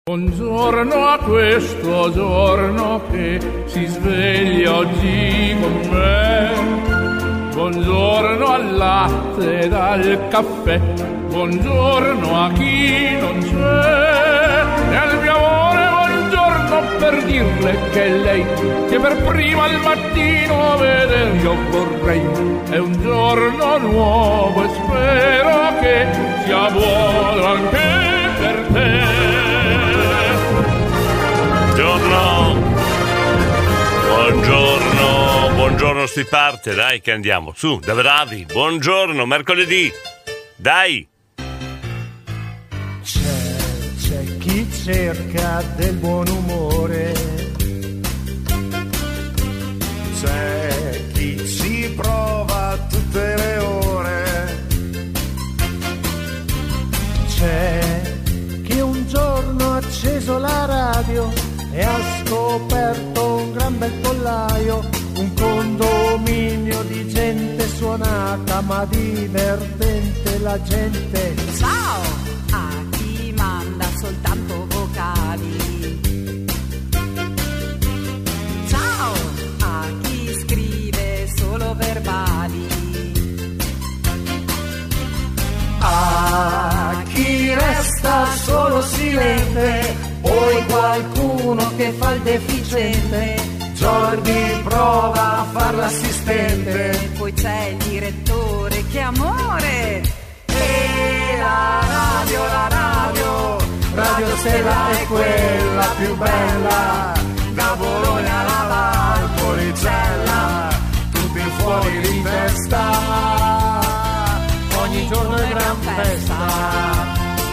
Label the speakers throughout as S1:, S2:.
S1: Buongiorno a questo giorno che si sveglia oggi con me. Buongiorno al latte ed al caffè. Buongiorno a chi non c'è. E al mio amore buongiorno per dirle che è lei che per prima al mattino vedere io vorrei. È un giorno nuovo e spero che sia buono anche per te.
S2: Buongiorno, si parte, dai che andiamo, su, da bravi, buongiorno, mercoledì, dai!
S3: C'è chi cerca del buon umore, c'è chi ci prova tutte le ore, c'è chi un giorno ha acceso la radio e ha scoperto un gran bel pollaio, un condominio di gente suonata ma divertente la gente.
S4: Ciao a chi manda soltanto vocali, ciao a chi scrive solo verbali,
S3: a chi resta solo silente, poi qualcuno che fa il deficiente. Jordi prova a far l'assistente,
S4: poi c'è il direttore, che amore!
S3: E la radio Stella è quella più bella, da Bologna alla Valpolicella, tutti fuori di testa, ogni giorno è gran festa.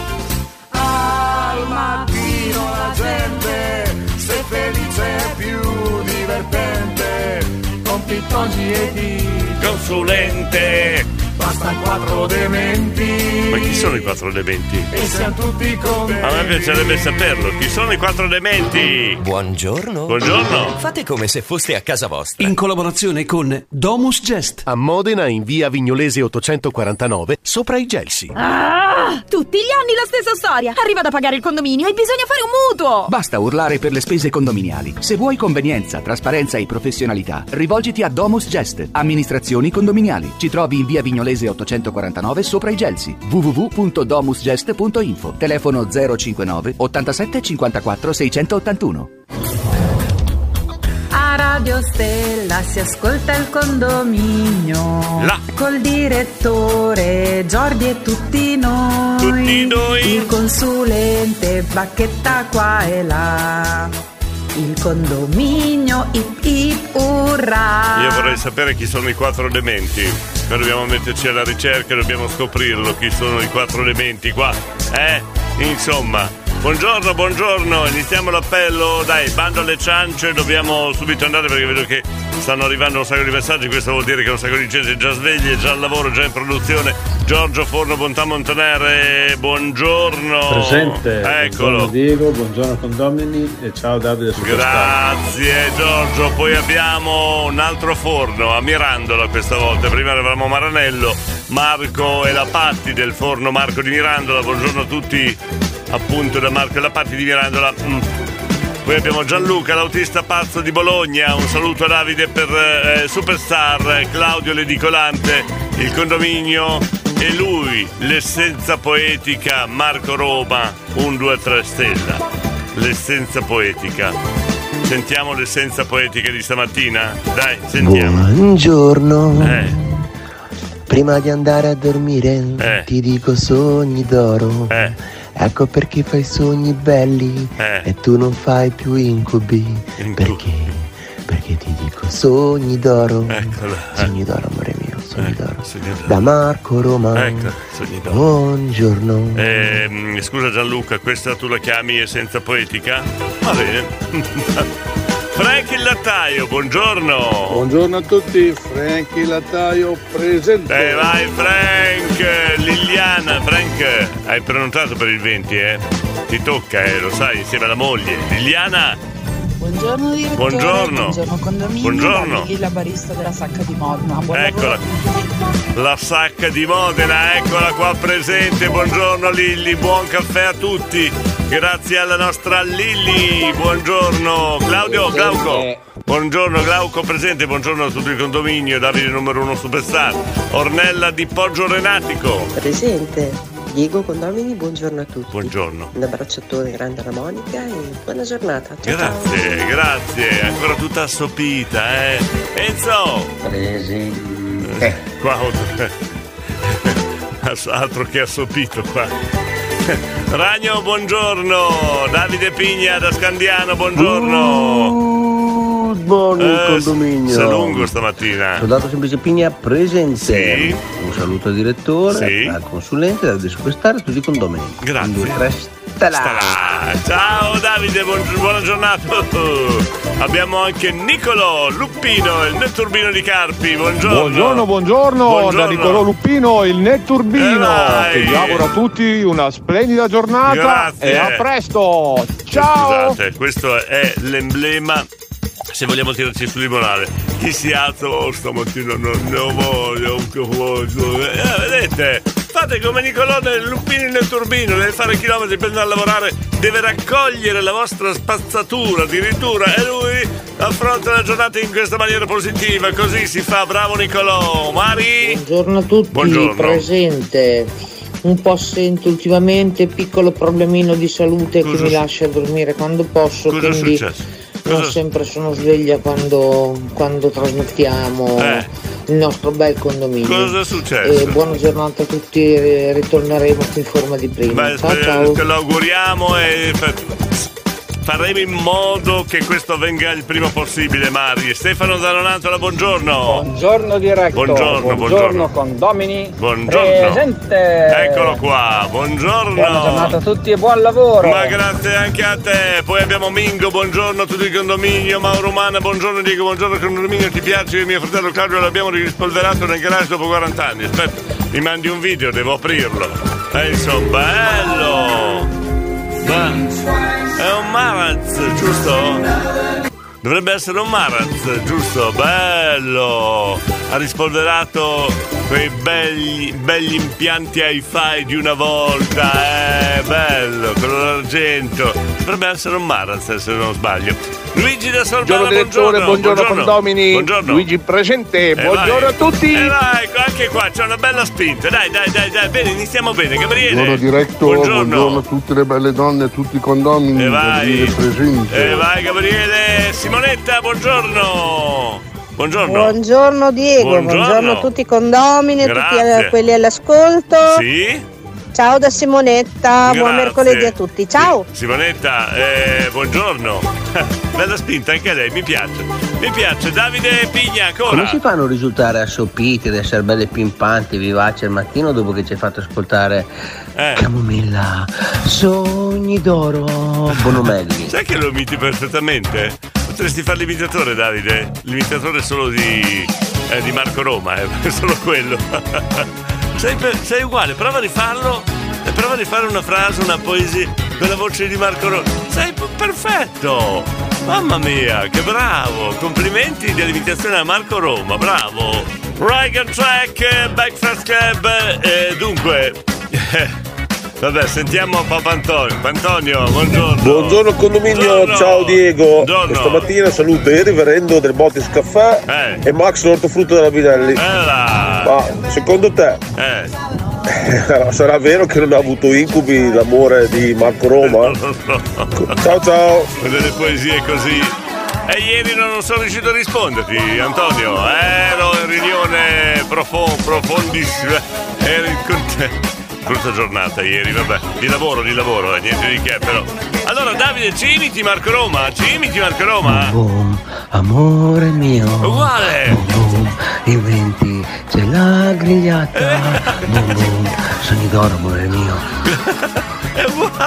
S3: Al mattino la gente, se felice è più divertente, con pittongi e di
S2: Consulente!
S3: bastano 4 dementi.
S2: Ma chi sono i 4 dementi?
S3: E siamo tutti contenti.
S2: A me piacerebbe saperlo, chi sono i 4 dementi?
S5: Buongiorno.
S2: Buongiorno!
S5: Fate come se foste a casa vostra.
S6: In collaborazione con Domus Gest.
S7: A Modena, in via Vignolese 849, sopra i Gelsi.
S8: Tutti gli anni la stessa storia. Arriva da pagare il condominio e bisogna fare un mutuo.
S9: Basta urlare per le spese condominiali. Se vuoi convenienza, trasparenza e professionalità, rivolgiti a Domus Gest, amministrazioni condominiali. Ci trovi in via Vignolese 849 sopra i Gelsi. www.domusgest.info. Telefono 059 87 54 681.
S4: A Radio Stella si ascolta il condominio,
S2: là,
S4: col direttore Jordi e tutti noi, il consulente Bacchetta qua e là, il condominio ip ip urrà.
S2: Io vorrei sapere chi sono i 4 elementi. Noi dobbiamo metterci alla ricerca e dobbiamo scoprirlo, chi sono i 4 elementi qua. Insomma, buongiorno, iniziamo l'appello, dai, bando alle ciance, dobbiamo subito andare perché vedo che stanno arrivando un sacco di messaggi, questo vuol dire che un sacco di gente è già sveglia, è già al lavoro, già in produzione. Giorgio Forno Bontà Montanare, buongiorno.
S10: Presente.
S2: Eccolo.
S10: Buongiorno Diego, buongiorno condomini e ciao Davide Superstar.
S2: Grazie Giorgio, poi abbiamo un altro forno a Mirandola questa volta, prima avevamo Maranello, Marco e la Patti del forno Marco di Mirandola, buongiorno a tutti appunto da Marco e la Patti di Mirandola. Poi abbiamo Gianluca, l'autista pazzo di Bologna, un saluto a Davide per Superstar, Claudio l'edicolante, il condominio e lui, l'essenza poetica, Marco Roma, 1, 2, 3 stella, l'essenza poetica. Sentiamo l'essenza poetica di stamattina? Dai, sentiamo.
S11: Buongiorno. Prima di andare a dormire ti dico sogni d'oro. Ecco perché fai sogni belli e tu non fai più incubi. Perché ti dico sogni d'oro. Sogni d'oro, amore mio, sogni d'oro. Da Marco Roma.
S2: Ecco, sogni d'oro.
S11: Buongiorno.
S2: Scusa Gianluca, questa tu la chiami essenza poetica? Va bene. Frank il lattaio, buongiorno.
S10: Buongiorno a tutti, Frank il lattaio presente.
S2: Vai Frank, Liliana. Frank, hai prenotato per il 20, Ti tocca, lo sai, insieme alla moglie. Liliana.
S12: Buongiorno direttore.
S2: Buongiorno
S12: condominio.
S2: Buongiorno.
S12: La barista della Sacca di Modena. Buon
S2: Eccola. La Sacca di Modena, eccola qua presente. Buongiorno Lilli, buon caffè a tutti. Grazie alla nostra Lilli. Buongiorno Claudio, Glauco. Buongiorno Glauco presente, buongiorno a tutto il condominio. Davide numero 1 superstar. Ornella di Poggio Renatico.
S13: Presente. Diego Condomini, buongiorno a tutti.
S2: Buongiorno.
S13: Un abbracciatore grande alla Monica e buona giornata. Ciao,
S2: grazie,
S13: ciao.
S2: Grazie. Ancora tutta assopita, Enzo.
S14: Presente.
S2: Qua altro che assopito qua. Ragno, buongiorno. Davide Pigna da Scandiano, buongiorno.
S14: Good morning, condominio.
S2: Sei lungo stamattina.
S14: Soldato Semplice Pigna presente.
S2: Sì.
S14: Un saluto al direttore,
S2: sì,
S14: al consulente, al superstar e a tutti i condomini.
S2: Grazie.
S14: 1, 2, 3, stella.
S2: Ciao Davide, buona giornata. Abbiamo anche Niccolò Luppino, il netturbino di Carpi. Buongiorno.
S15: Buongiorno. Da Niccolò Luppino, il netturbino. Che vi auguro a tutti una splendida giornata.
S2: Grazie.
S15: E a presto. Ciao.
S2: Scusate, questo è l'emblema. Se vogliamo tirarci su limonare, chi si alza stamattina non ne voglio, vedete, fate come Niccolò nel Luppino nel turbino, deve fare chilometri per andare a lavorare, deve raccogliere la vostra spazzatura addirittura, e lui affronta la giornata in questa maniera positiva, così si fa, bravo Niccolò. Mari?
S16: Buongiorno a tutti.
S2: Buongiorno.
S16: Presente. Un po' assente ultimamente, piccolo problemino di salute che mi lascia dormire quando posso,
S2: Cosa
S16: quindi
S2: è successo?
S16: non sempre sono sveglia quando trasmettiamo il nostro bel condominio.
S2: Cosa è successo?
S16: Buona giornata a tutti, ritorneremo in forma di prima. Ciao.
S2: Te lo auguriamo e faremo in modo che questo avvenga il prima possibile, Mari. Stefano da Nonantola, buongiorno.
S17: Buongiorno diretto. Buongiorno condomini.
S2: Buongiorno.
S17: Presente.
S2: Eccolo qua, buongiorno.
S17: Buona giornata a tutti e buon lavoro.
S2: Ma grazie anche a te. Poi abbiamo Mingo, buongiorno a tutto il condominio. Mauro Umana, buongiorno Diego, buongiorno condominio. Ti piace? Io e mio fratello Claudio l'abbiamo rispolverato nel garage dopo 40 anni. Aspetta, mi mandi un video, devo aprirlo. Insomma, bello. È un Maraz, giusto? Dovrebbe essere un Maraz, giusto? Bello! Ha rispolverato quei begli impianti hi-fi di una volta, bello, quello d'argento. Dovrebbe essere un Maraz, se non sbaglio. Luigi da Sorbara,
S18: buongiorno condomini.
S2: Buongiorno.
S18: Luigi presente, buongiorno a tutti.
S2: Vai, anche qua c'è una bella spinta. Dai, bene, iniziamo bene. Gabriele.
S19: Buongiorno diretto, buongiorno a tutte le belle donne, a tutti i condomini.
S2: Vai.
S19: Presente.
S2: Vai Gabriele. Simonetta, buongiorno.
S20: Buongiorno Diego, buongiorno a tutti i condomini, a tutti quelli all'ascolto.
S2: Sì.
S20: Ciao da Simonetta, buon mercoledì a tutti, ciao!
S2: Simonetta, buongiorno, bella spinta anche a lei, mi piace, Davide Pigna ancora.
S14: Come si fanno a risultare assopiti ed essere belle pimpanti, vivaci al mattino dopo che ci hai fatto ascoltare Camomilla, Sogni d'oro, Bonomelli?
S2: Sai che lo imiti perfettamente? Potresti fare l'imitatore, Davide, l'imitatore solo di Marco Roma, solo quello. Sei uguale, prova a rifarlo e prova a rifare una frase, una poesia con la voce di Marco Roma. Sei perfetto! Mamma mia, che bravo! Complimenti dell'imitazione a Marco Roma, bravo! Right on track, Breakfast Club, dunque... Vabbè, sentiamo Papa Antonio. Antonio, buongiorno.
S21: Buongiorno condominio, buongiorno. Ciao Diego.
S2: Buongiorno.
S21: Questa mattina saluto il reverendo del Botis Caffè e Max l'ortofrutto della Binelli. Ma secondo te sarà vero che non ha avuto incubi l'amore di Marco Roma? Ciao.
S2: Delle poesie così. E ieri non sono riuscito a risponderti, Antonio. Ero in riunione profondissima. Ero con te. Brutta giornata ieri, vabbè, di lavoro, niente di che però. Allora Davide, ci imiti Marco Roma?
S14: Boom, amore mio.
S2: Uguale.
S14: Boom, il 20 c'è la grigliata. Boom, sogni d'oro, amore mio.
S2: È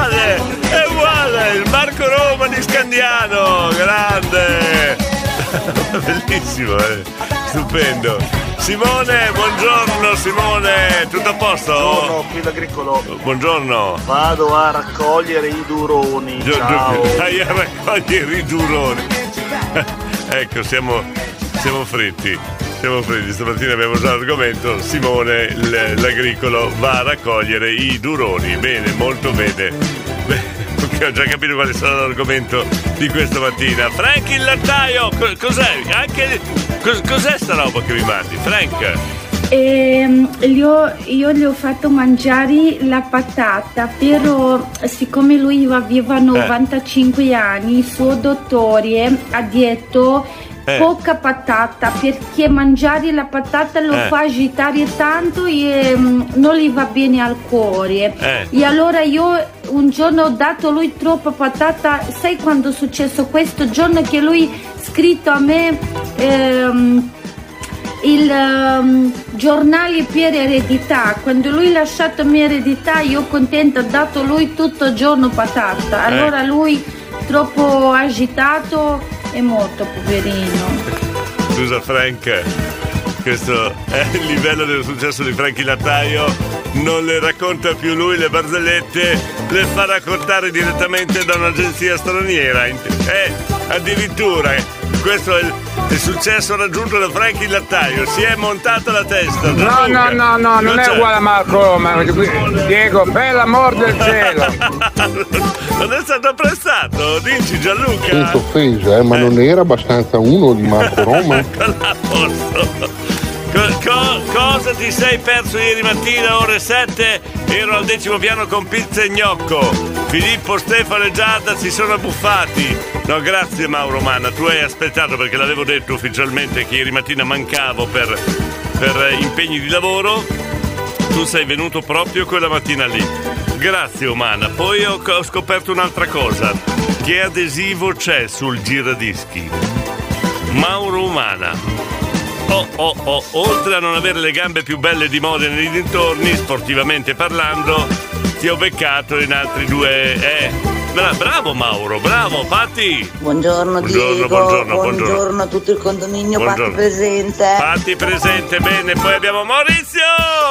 S2: uguale, il Marco Roma di Scandiano, grande. Bellissimo, stupendo. Simone, buongiorno Simone, tutto a posto?
S22: Buongiorno, qui l'agricolo.
S2: Buongiorno.
S22: Vado a raccogliere i duroni. Ciao.
S2: Vai a raccogliere i duroni. Ecco, siamo fritti. Stamattina abbiamo già l'argomento. Simone, l'agricolo, va a raccogliere i duroni. Bene, molto bene. Ok. Ho già capito quale sarà l'argomento di questa mattina. Frank il lattaio, cos'è? Cos'è sta roba che mi mandi, Frank?
S1: Io gli ho fatto mangiare la patata, però siccome lui aveva 95 anni, il suo dottore ha detto poca patata, perché mangiare la patata lo fa agitare tanto e non gli va bene al cuore. E allora io un giorno ho dato lui troppa patata. Sai quando è successo questo giorno? Che lui ha scritto a me il giornale per eredità. Quando lui ha lasciato mia eredità, io contenta, ho dato lui tutto il giorno patata. Allora lui troppo agitato e morto, poverino.
S2: Scusa Frank, questo è il livello del successo di Frank il lattaio. Non le racconta più lui le barzellette, le fa raccontare direttamente da un'agenzia straniera. Addirittura questo è il successo raggiunto da Frank il lattaio. Si è montata la testa.
S17: No, non è uguale a Marco Roma. Diego, per l'amor del cielo.
S2: Non è stato apprezzato, dici Gianluca?
S19: Senza offesa, ma non era abbastanza uno di Marco Roma?
S2: A posto. Cosa ti sei perso ieri mattina ore 7? Ero al 10° piano con pizza e gnocco. Filippo, Stefano e Giada si sono abbuffati. No, grazie Mauro Manna, tu hai aspettato, perché l'avevo detto ufficialmente che ieri mattina mancavo per impegni di lavoro. Tu sei venuto proprio quella mattina lì. Grazie Umana. Poi ho scoperto un'altra cosa. Che adesivo c'è sul giradischi? Mauro Umana. Oltre a non avere le gambe più belle di Modena e nei dintorni, sportivamente parlando, ti ho beccato in altri due. Bravo Mauro, bravo Patti.
S3: Buongiorno Diego, buongiorno a tutto il condominio. Patti presente.
S2: Patti presente, bene. Poi abbiamo Maurizio,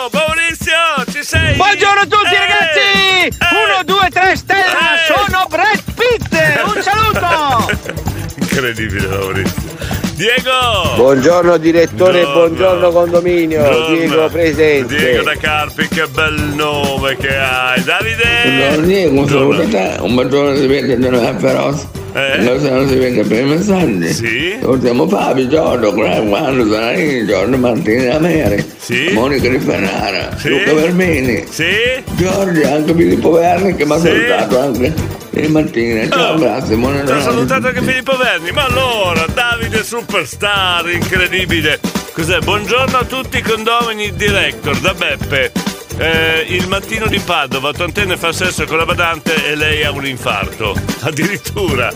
S2: ci sei?
S17: Buongiorno a tutti ragazzi. 1, 2, 3 stella, sono Brad Pitt. Un saluto.
S2: Incredibile Maurizio. Diego!
S14: Buongiorno direttore, buongiorno condominio. Buongiorno. Diego presente.
S2: Diego da Carpi, che bel nome che hai. Davide!
S23: Buongiorno Diego, un saluto a te. Un bacione si vede nella feroce. Non si vede per i messaggi.
S2: Sì?
S23: Salutiamo Fabio, Giorgio, quando sarà io, Giorgio Martina Ameri.
S2: Sì?
S23: Monica Di Fenara.
S2: Sì?
S23: Luca Vermini.
S2: Sì?
S23: Giorgio, anche Filippo Verni che mi ha salutato anche. Mattina, ciao, grazie, buona
S2: ti ho salutato anche Filippo Verni. Ma allora, Davide Superstar, incredibile. Cos'è? Buongiorno a tutti i condomini director da Beppe. Il mattino di Padova, Tontenne fa sesso con la badante e lei ha un infarto. Addirittura.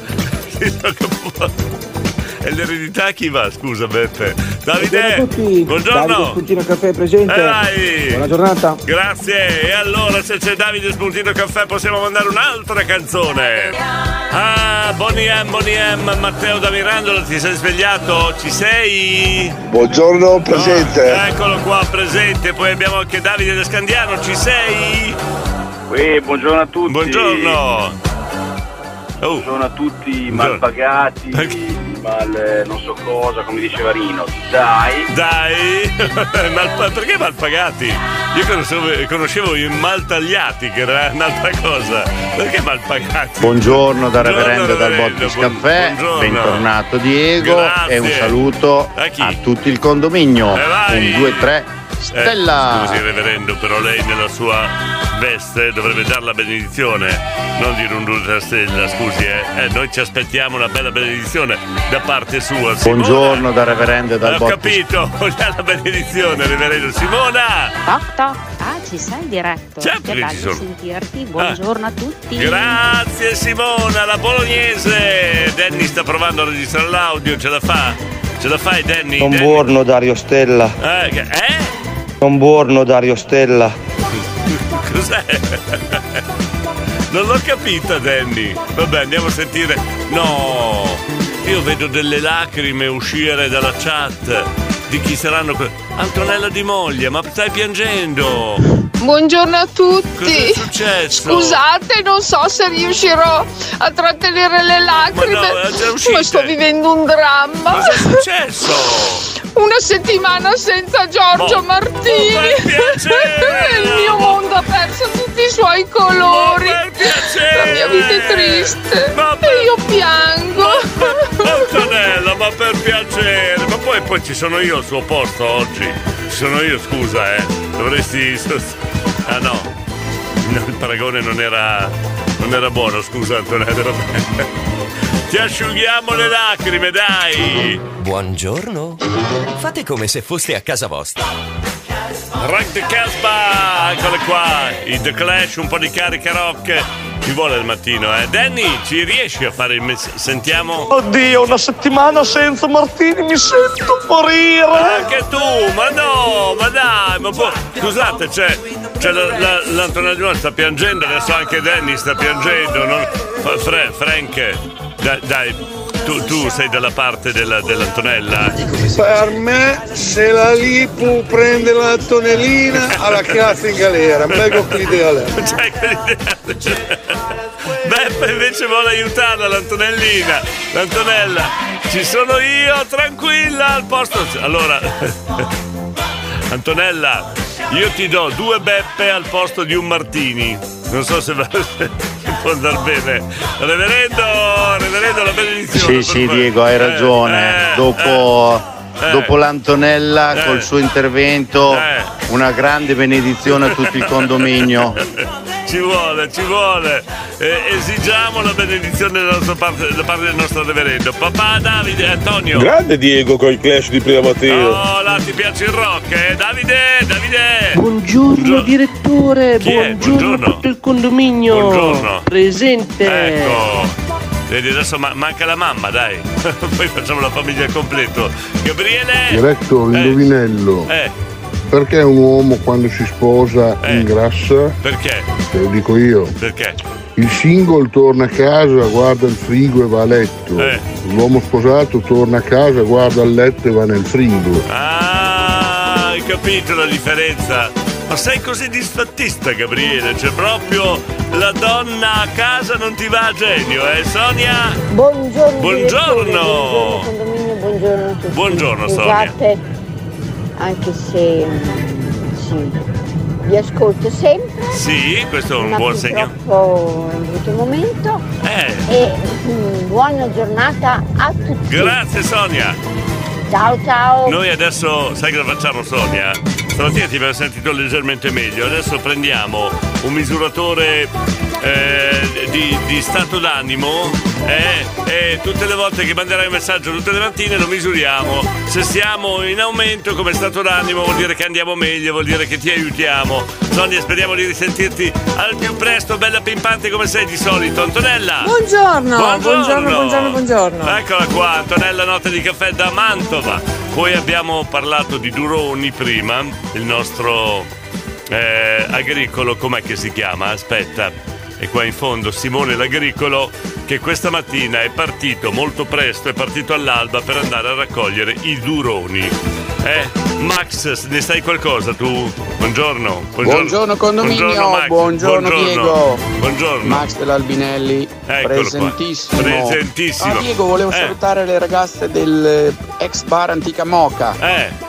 S2: E l'eredità chi va? Scusa Beppe. Davide, buongiorno.
S24: Davide Spuntino Caffè presente.
S2: Dai.
S24: Buona giornata.
S2: Grazie. E allora, se c'è Davide Spuntino Caffè, possiamo mandare un'altra canzone. Bonnie M, Matteo da Mirandola, ti sei svegliato? Ci sei?
S21: Buongiorno, presente.
S2: Eccolo qua, presente. Poi abbiamo anche Davide da Scandiano, ci sei?
S22: Buongiorno a tutti.
S2: Buongiorno.
S22: Buongiorno a tutti, mal pagati, non so cosa, come diceva Rino. Dai,
S2: perché mal pagati? Io conoscevo i mal tagliati, che era un'altra cosa. Perché mal pagati?
S25: Buongiorno da Reverendo dal Bottis Caffè. Buongiorno. Bentornato Diego. Grazie. E un saluto a tutto il condominio. 1, 2, 3 Stella.
S2: Scusi Reverendo, però lei nella sua veste dovrebbe dare la benedizione, non dire un 2, 3 stella. Scusi, noi ci aspettiamo una bella benedizione da parte sua. Simona.
S25: Buongiorno da Reverendo dal Bottis.
S2: Ho capito, vogliamo la benedizione Reverendo. Simona.
S26: Toc. Ci sei diretto.
S2: Certo
S26: che
S2: ci sono.
S26: Sentirti. Buongiorno a tutti.
S2: Grazie Simona, la bolognese. Danny sta provando a registrare l'audio, ce la fai Danny?
S14: Non buono Dario Stella. Non buono Dario Stella.
S2: Cos'è? Non l'ho capita Danny. Vabbè, andiamo a sentire. No, io vedo delle lacrime uscire dalla chat. Di chi saranno Antonella Di Moglia, ma stai piangendo?
S27: Buongiorno a tutti.
S2: Cos'è successo?
S27: Scusate, non so se riuscirò a trattenere le lacrime. Ma sto vivendo un dramma.
S2: Cos'è successo?
S27: Una settimana senza Giorgio Martini.
S2: Il
S27: Il mio mondo ha perso tutto tutti i suoi colori. La mia vita è triste e io piango.
S2: Antonella, ma per piacere. Ma poi ci sono io al suo posto oggi. Ci sono io, scusa, dovresti... Ah no, il paragone non era buono, scusa Antonella. Ti asciughiamo le lacrime, dai.
S4: Buongiorno. Fate come se foste a casa vostra.
S2: Rock the Casbah, eccole qua, i The Clash, un po' di carica rock. Ci vuole il mattino, Danny, ci riesci a fare il sentiamo?
S5: Oddio, una settimana senza Martini, mi sento morire.
S2: Anche tu, ma no, ma dai, scusate, c'è l'Antonella Giovanni sta piangendo, adesso anche Danny sta piangendo, non... Frank, dai. Tu sei dalla parte dell'Antonella?
S10: Per me, se la Lipu prende l'Antonellina, alla cazzo in galera. Prego quell'idea lei.
S2: Beppe invece vuole aiutarla, l'Antonellina. L'Antonella, ci sono io, tranquilla, al posto. Allora, Antonella, io ti do 2 Beppe al posto di un Martini. Non so se può andare bene. Reverendo, la benedizione.
S25: Sì, Diego, hai ragione. Dopo l'Antonella col suo intervento, una grande benedizione a tutto il condominio.
S2: Ci vuole. Esigiamo la benedizione da parte del nostro reverendo. Papà Davide, Antonio.
S21: Grande Diego con il Clash di prima mattina.
S2: Oh, là ti piace il rock, Davide.
S6: Buongiorno direttore, buongiorno a tutto il condominio.
S2: Buongiorno.
S6: Presente.
S2: Ecco. Vedi, adesso manca la mamma, dai. Poi facciamo la famiglia al completo. Gabriele.
S19: Diretto, l'indovinello. Perché un uomo quando si sposa ingrassa?
S2: Perché?
S19: Te lo dico io.
S2: Perché?
S19: Il single torna a casa, guarda il frigo e va a letto. L'uomo sposato torna a casa, guarda il letto e va nel frigo.
S2: Ah, hai capito la differenza? Ma sei così disfattista, Gabriele? C'è proprio la donna a casa non ti va a genio, Sonia?
S7: Buongiorno.
S2: Buongiorno
S7: a tutti.
S2: Buongiorno,
S7: Sonia. Anche se vi ascolto sempre.
S2: Sì, questo è un buon segno.
S7: Purtroppo è un brutto momento. E buona giornata a tutti.
S2: Grazie Sonia.
S7: Ciao.
S2: Noi adesso, sai cosa facciamo, Sonia? Stamattina ti avevo sentito leggermente meglio. Adesso prendiamo un misuratore di stato d'animo e tutte le volte che manderai un messaggio tutte le mattine lo misuriamo. Se siamo in aumento come stato d'animo vuol dire che andiamo meglio, vuol dire che ti aiutiamo. Sonia, speriamo di risentirti al più presto, bella pimpante come sei di solito. Antonella.
S8: Buongiorno.
S2: Eccola qua, Antonella, notte di caffè da Mantova. Poi abbiamo parlato di Duroni prima, il nostro agricolo, com'è che si chiama? Aspetta. E qua in fondo Simone l'Agricolo, che questa mattina è partito molto presto, è partito all'alba per andare a raccogliere i duroni. Max, ne sai qualcosa tu? Buongiorno
S9: condominio,
S2: buongiorno, Max.
S9: buongiorno Diego.
S2: Buongiorno.
S9: Max dell'Albinelli, presentissimo. Diego, volevo salutare le ragazze del ex bar Antica Moca.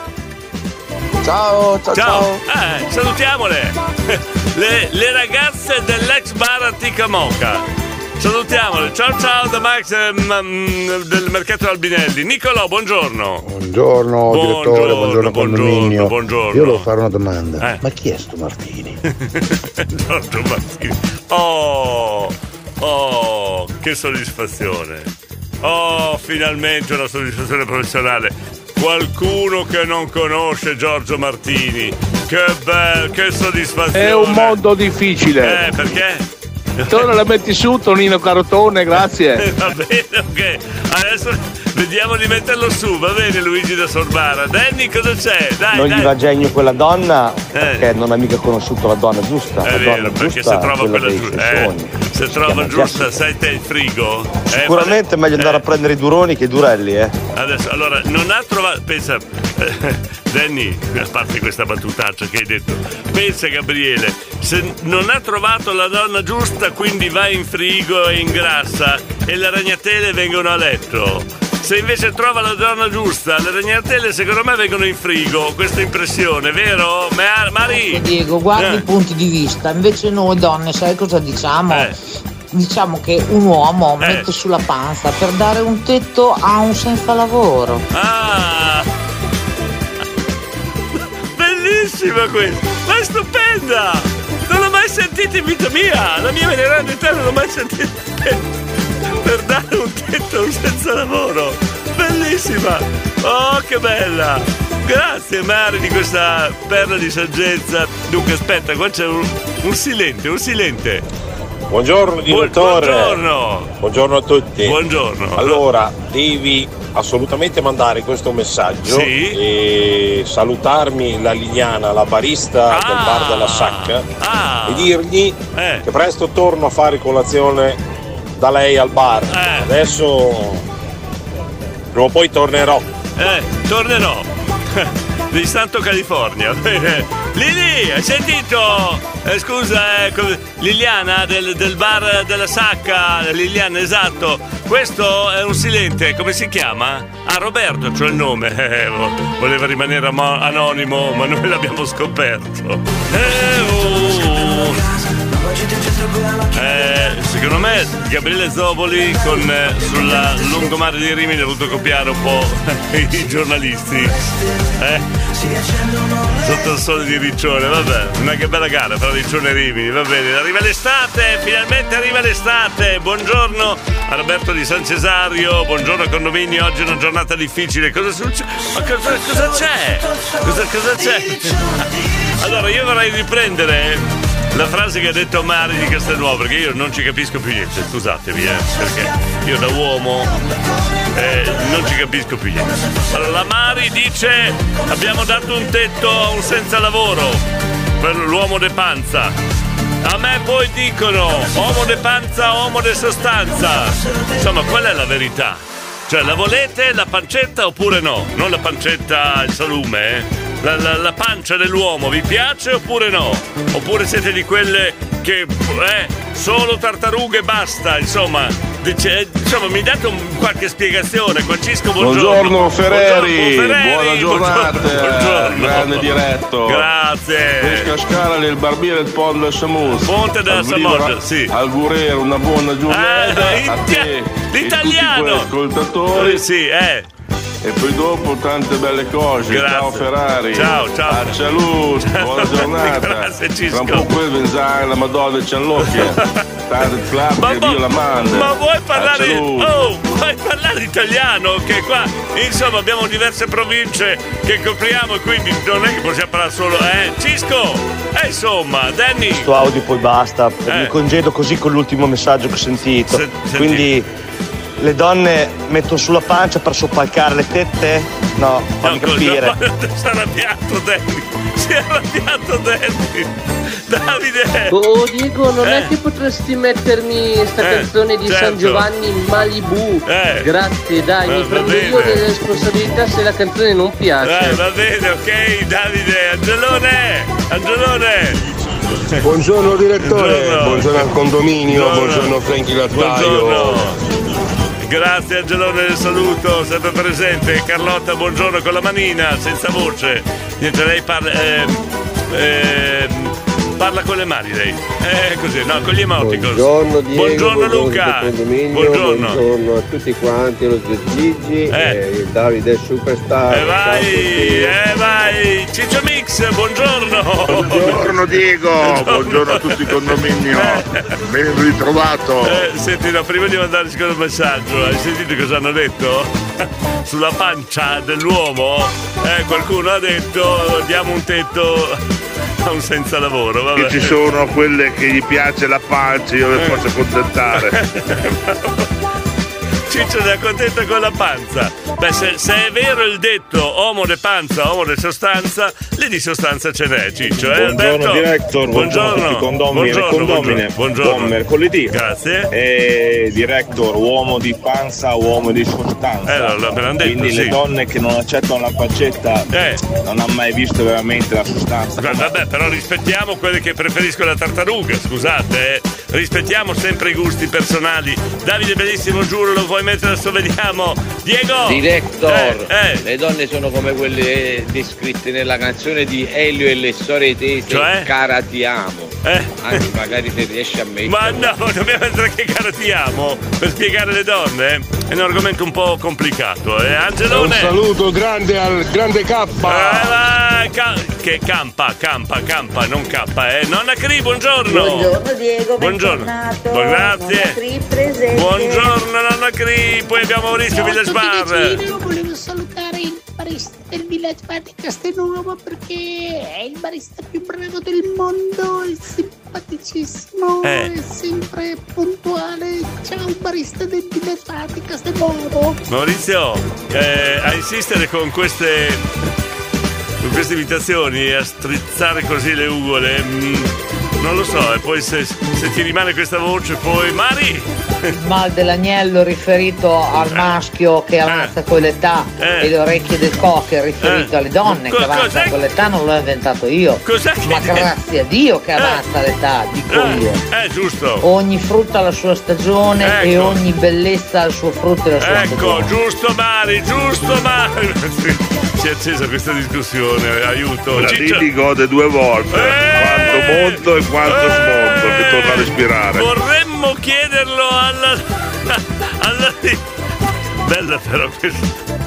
S9: Ciao.
S2: Salutiamole. Le ragazze dell'ex bar Antica Moca. Salutiamole. Ciao da Max del mercato Albinelli. Nicolò, buongiorno.
S24: Buongiorno direttore, buongiorno condominio.
S2: Buongiorno.
S24: Io devo fare una domanda. Ma chi è sto Martini?
S2: Giorgio Martini. Oh, che soddisfazione. Oh, finalmente una soddisfazione professionale. Qualcuno che non conosce Giorgio Martini. Che bello, che soddisfazione.
S15: È un mondo difficile.
S2: Perché?
S15: Tu non la metti su, Tonino Carotone, grazie.
S2: Va bene, ok. Adesso vediamo di metterlo su, va bene Luigi da Sorbara. Danny, cosa c'è?
S28: Non gli va genio quella donna perché non ha mica conosciuto la donna giusta.
S2: È vero, perché se trova quella giusta. Se trova giusta, sai te il frigo.
S28: Sicuramente è meglio andare a prendere i duroni che i durelli,
S2: Adesso, allora, non ha trovato. Pensa, Danny, a parte questa battutaccia che hai detto, pensa Gabriele, se non ha trovato la donna giusta, quindi va in frigo e ingrassa e le ragnatele vengono a letto. Se invece trova la donna giusta, le ragnatele secondo me vengono in frigo, questa impressione, vero? Mari?
S3: Diego, guarda i punti di vista, invece noi donne, sai cosa diciamo? Diciamo che un uomo mette sulla panza per dare un tetto a un senza lavoro.
S2: Ah! Bellissima questa! Ma è stupenda! Non l'ho mai sentita in vita mia! La mia veneranda età non l'ho mai sentita per dare un tetto a un senza lavoro! Bellissima! Oh, che bella! Grazie Mari di questa perla di saggezza. Dunque aspetta, qua c'è un silente.
S21: Buongiorno direttore.
S2: Buongiorno.
S21: Buongiorno a tutti.
S2: Buongiorno.
S21: Allora, devi assolutamente mandare questo messaggio e salutarmi la Liliana, la barista del bar della Sacca e dirgli che presto torno a fare colazione da lei al bar. Adesso prima o poi tornerò.
S2: Tornerò. Di Santo California. Lili, hai sentito? Scusa, Liliana del bar della Sacca. Liliana, esatto. Questo è un silente, come si chiama? Ah, Roberto, c'ho il nome. Voleva rimanere anonimo, ma noi l'abbiamo scoperto. Secondo me Gabriele Zoboli sulla lungomare di Rimini ha voluto copiare un po' i giornalisti sotto il sole di Riccione. Vabbè, una che bella gara tra Riccione e Rimini, va bene, arriva l'estate, finalmente arriva l'estate. Buongiorno a Roberto di San Cesario, buongiorno condominio, oggi è una giornata difficile. Cosa succede? Ma cosa c'è? Cosa c'è? Allora io vorrei riprendere la frase che ha detto Mari di Castelnuovo, perché io non ci capisco più niente, scusatemi, perché io da uomo non ci capisco più niente. Allora la Mari dice: abbiamo dato un tetto a un senza lavoro per l'uomo de panza. A me poi dicono uomo de panza, uomo de sostanza. Insomma, qual è la verità? Cioè, la volete la pancetta oppure no? Non la pancetta il salume, La pancia dell'uomo vi piace oppure no? Oppure siete di quelle che solo tartarughe basta? Insomma, mi date qualche spiegazione? Francisco,
S1: buongiorno Ferreri, buona giornata.
S2: Buongiorno.
S1: Grande diretto.
S2: Grazie.
S1: Pesca Scala del barbiere del Ponte del Samus.
S2: Ponte della Samoggia, sì.
S1: Augurare una buona giornata a te
S2: l'italiano.
S1: E tutti gli ascoltatori.
S2: Sì,
S1: E poi dopo tante belle cose.
S2: Grazie.
S1: Ciao Ferrari.
S2: Ciao.
S1: A salute, buona giornata.
S2: Grazie Cisco.
S1: Tra un po' qui venzare la Madonna Cianlocchia. Tanto club che Dio la manda.
S2: Ma vuoi parlare italiano? Che qua insomma abbiamo diverse province che copriamo e quindi non è che possiamo parlare solo Cisco. Insomma, Danny.
S28: Questo audio poi basta. Mi congedo così con l'ultimo messaggio che ho sentito. Quindi le donne mettono sulla pancia per soppalcare le tette? No, fammi capire.
S2: Si è arrabbiato Danny. Davide!
S8: Oh Diego, non è che potresti mettermi sta canzone di San Giovanni Malibu? Grazie, dai, mi prendo io le responsabilità se la canzone non piace.
S2: Va bene, ok, Davide, Angelone!
S25: Buongiorno direttore, buongiorno al condominio, buongiorno Franchi Lattaio.
S2: Grazie Angelone del saluto, sempre presente. Carlotta, buongiorno con la manina, senza voce. Niente, lei parla con le mani lei. Così, no, con gli emoticons.
S25: Buongiorno Diego,
S2: buongiorno Luca.
S25: Buongiorno a tutti quanti, lo zio Gigi il Davide Superstar.
S2: Vai, Ciccio Mix, buongiorno.
S19: Buongiorno Diego, buongiorno a tutti condominio. Ben ritrovato.
S2: Senti, no, prima di mandare il secondo messaggio, hai sentito cosa hanno detto? Sulla pancia dell'uomo, qualcuno ha detto diamo un tetto a un senza lavoro, vabbè.
S19: Che ci sono quelle che gli piace la pancia, io le posso accontentare.
S2: Ciccio si accontenta con la panza. Beh, se è vero il detto uomo de panza, uomo de sostanza, lì di sostanza ce n'è, Ciccio.
S11: Buongiorno director, buongiorno a tutti i condomini e condomine. Buon mercoledì.
S2: Grazie.
S11: E director, uomo di panza, uomo di sostanza. Quindi le donne che non accettano la pancetta non hanno mai visto veramente la sostanza.
S2: Vabbè, però rispettiamo quelle che preferiscono la tartaruga, scusate. rispettiamo sempre i gusti personali. Davide, bellissimo, giuro, lo puoi mettere adesso, vediamo. Diego!
S12: Director, le donne sono come quelle descritte nella canzone di Elio e le storie tese,
S2: cioè?
S12: Cara ti amo. Anzi, magari se riesci a mettere.
S2: Ma no, dobbiamo mettere che cara ti amo per spiegare le donne? È un argomento un po' complicato, Angelone?
S10: Un saluto grande al grande K.
S2: Che campa, non K, Nonna Cri, buongiorno.
S13: Buongiorno Diego,
S2: buongiorno. Grazie. Buongiorno Nonna Cri, poi abbiamo Maurizio Villasbar.
S16: Io volevo salutare il barista del Village Bar di Castelnuovo perché è il barista più bravo del mondo, è simpaticissimo, è sempre puntuale. Ciao barista del Village Bar di Castelnuovo.
S2: Maurizio, a insistere con queste invitazioni, a strizzare così le ugole, non lo so, e poi se ti rimane questa voce, poi Mari!
S3: Il mal dell'agnello riferito al maschio che avanza con l'età e le orecchie del cocker riferito alle donne che avanzano con l'età non l'ho inventato io. Ma grazie a Dio che avanza l'età, dico io.
S2: Giusto.
S3: Ogni frutto ha la sua stagione e ogni bellezza ha il suo frutto e la sua stagione.
S2: Giusto Mari. Si è accesa questa discussione, aiuto.
S1: La Didi gode 2 volte, quanto monto e quanto smonto, che torna a respirare.
S2: Vorremmo chiederlo alla bella però questa.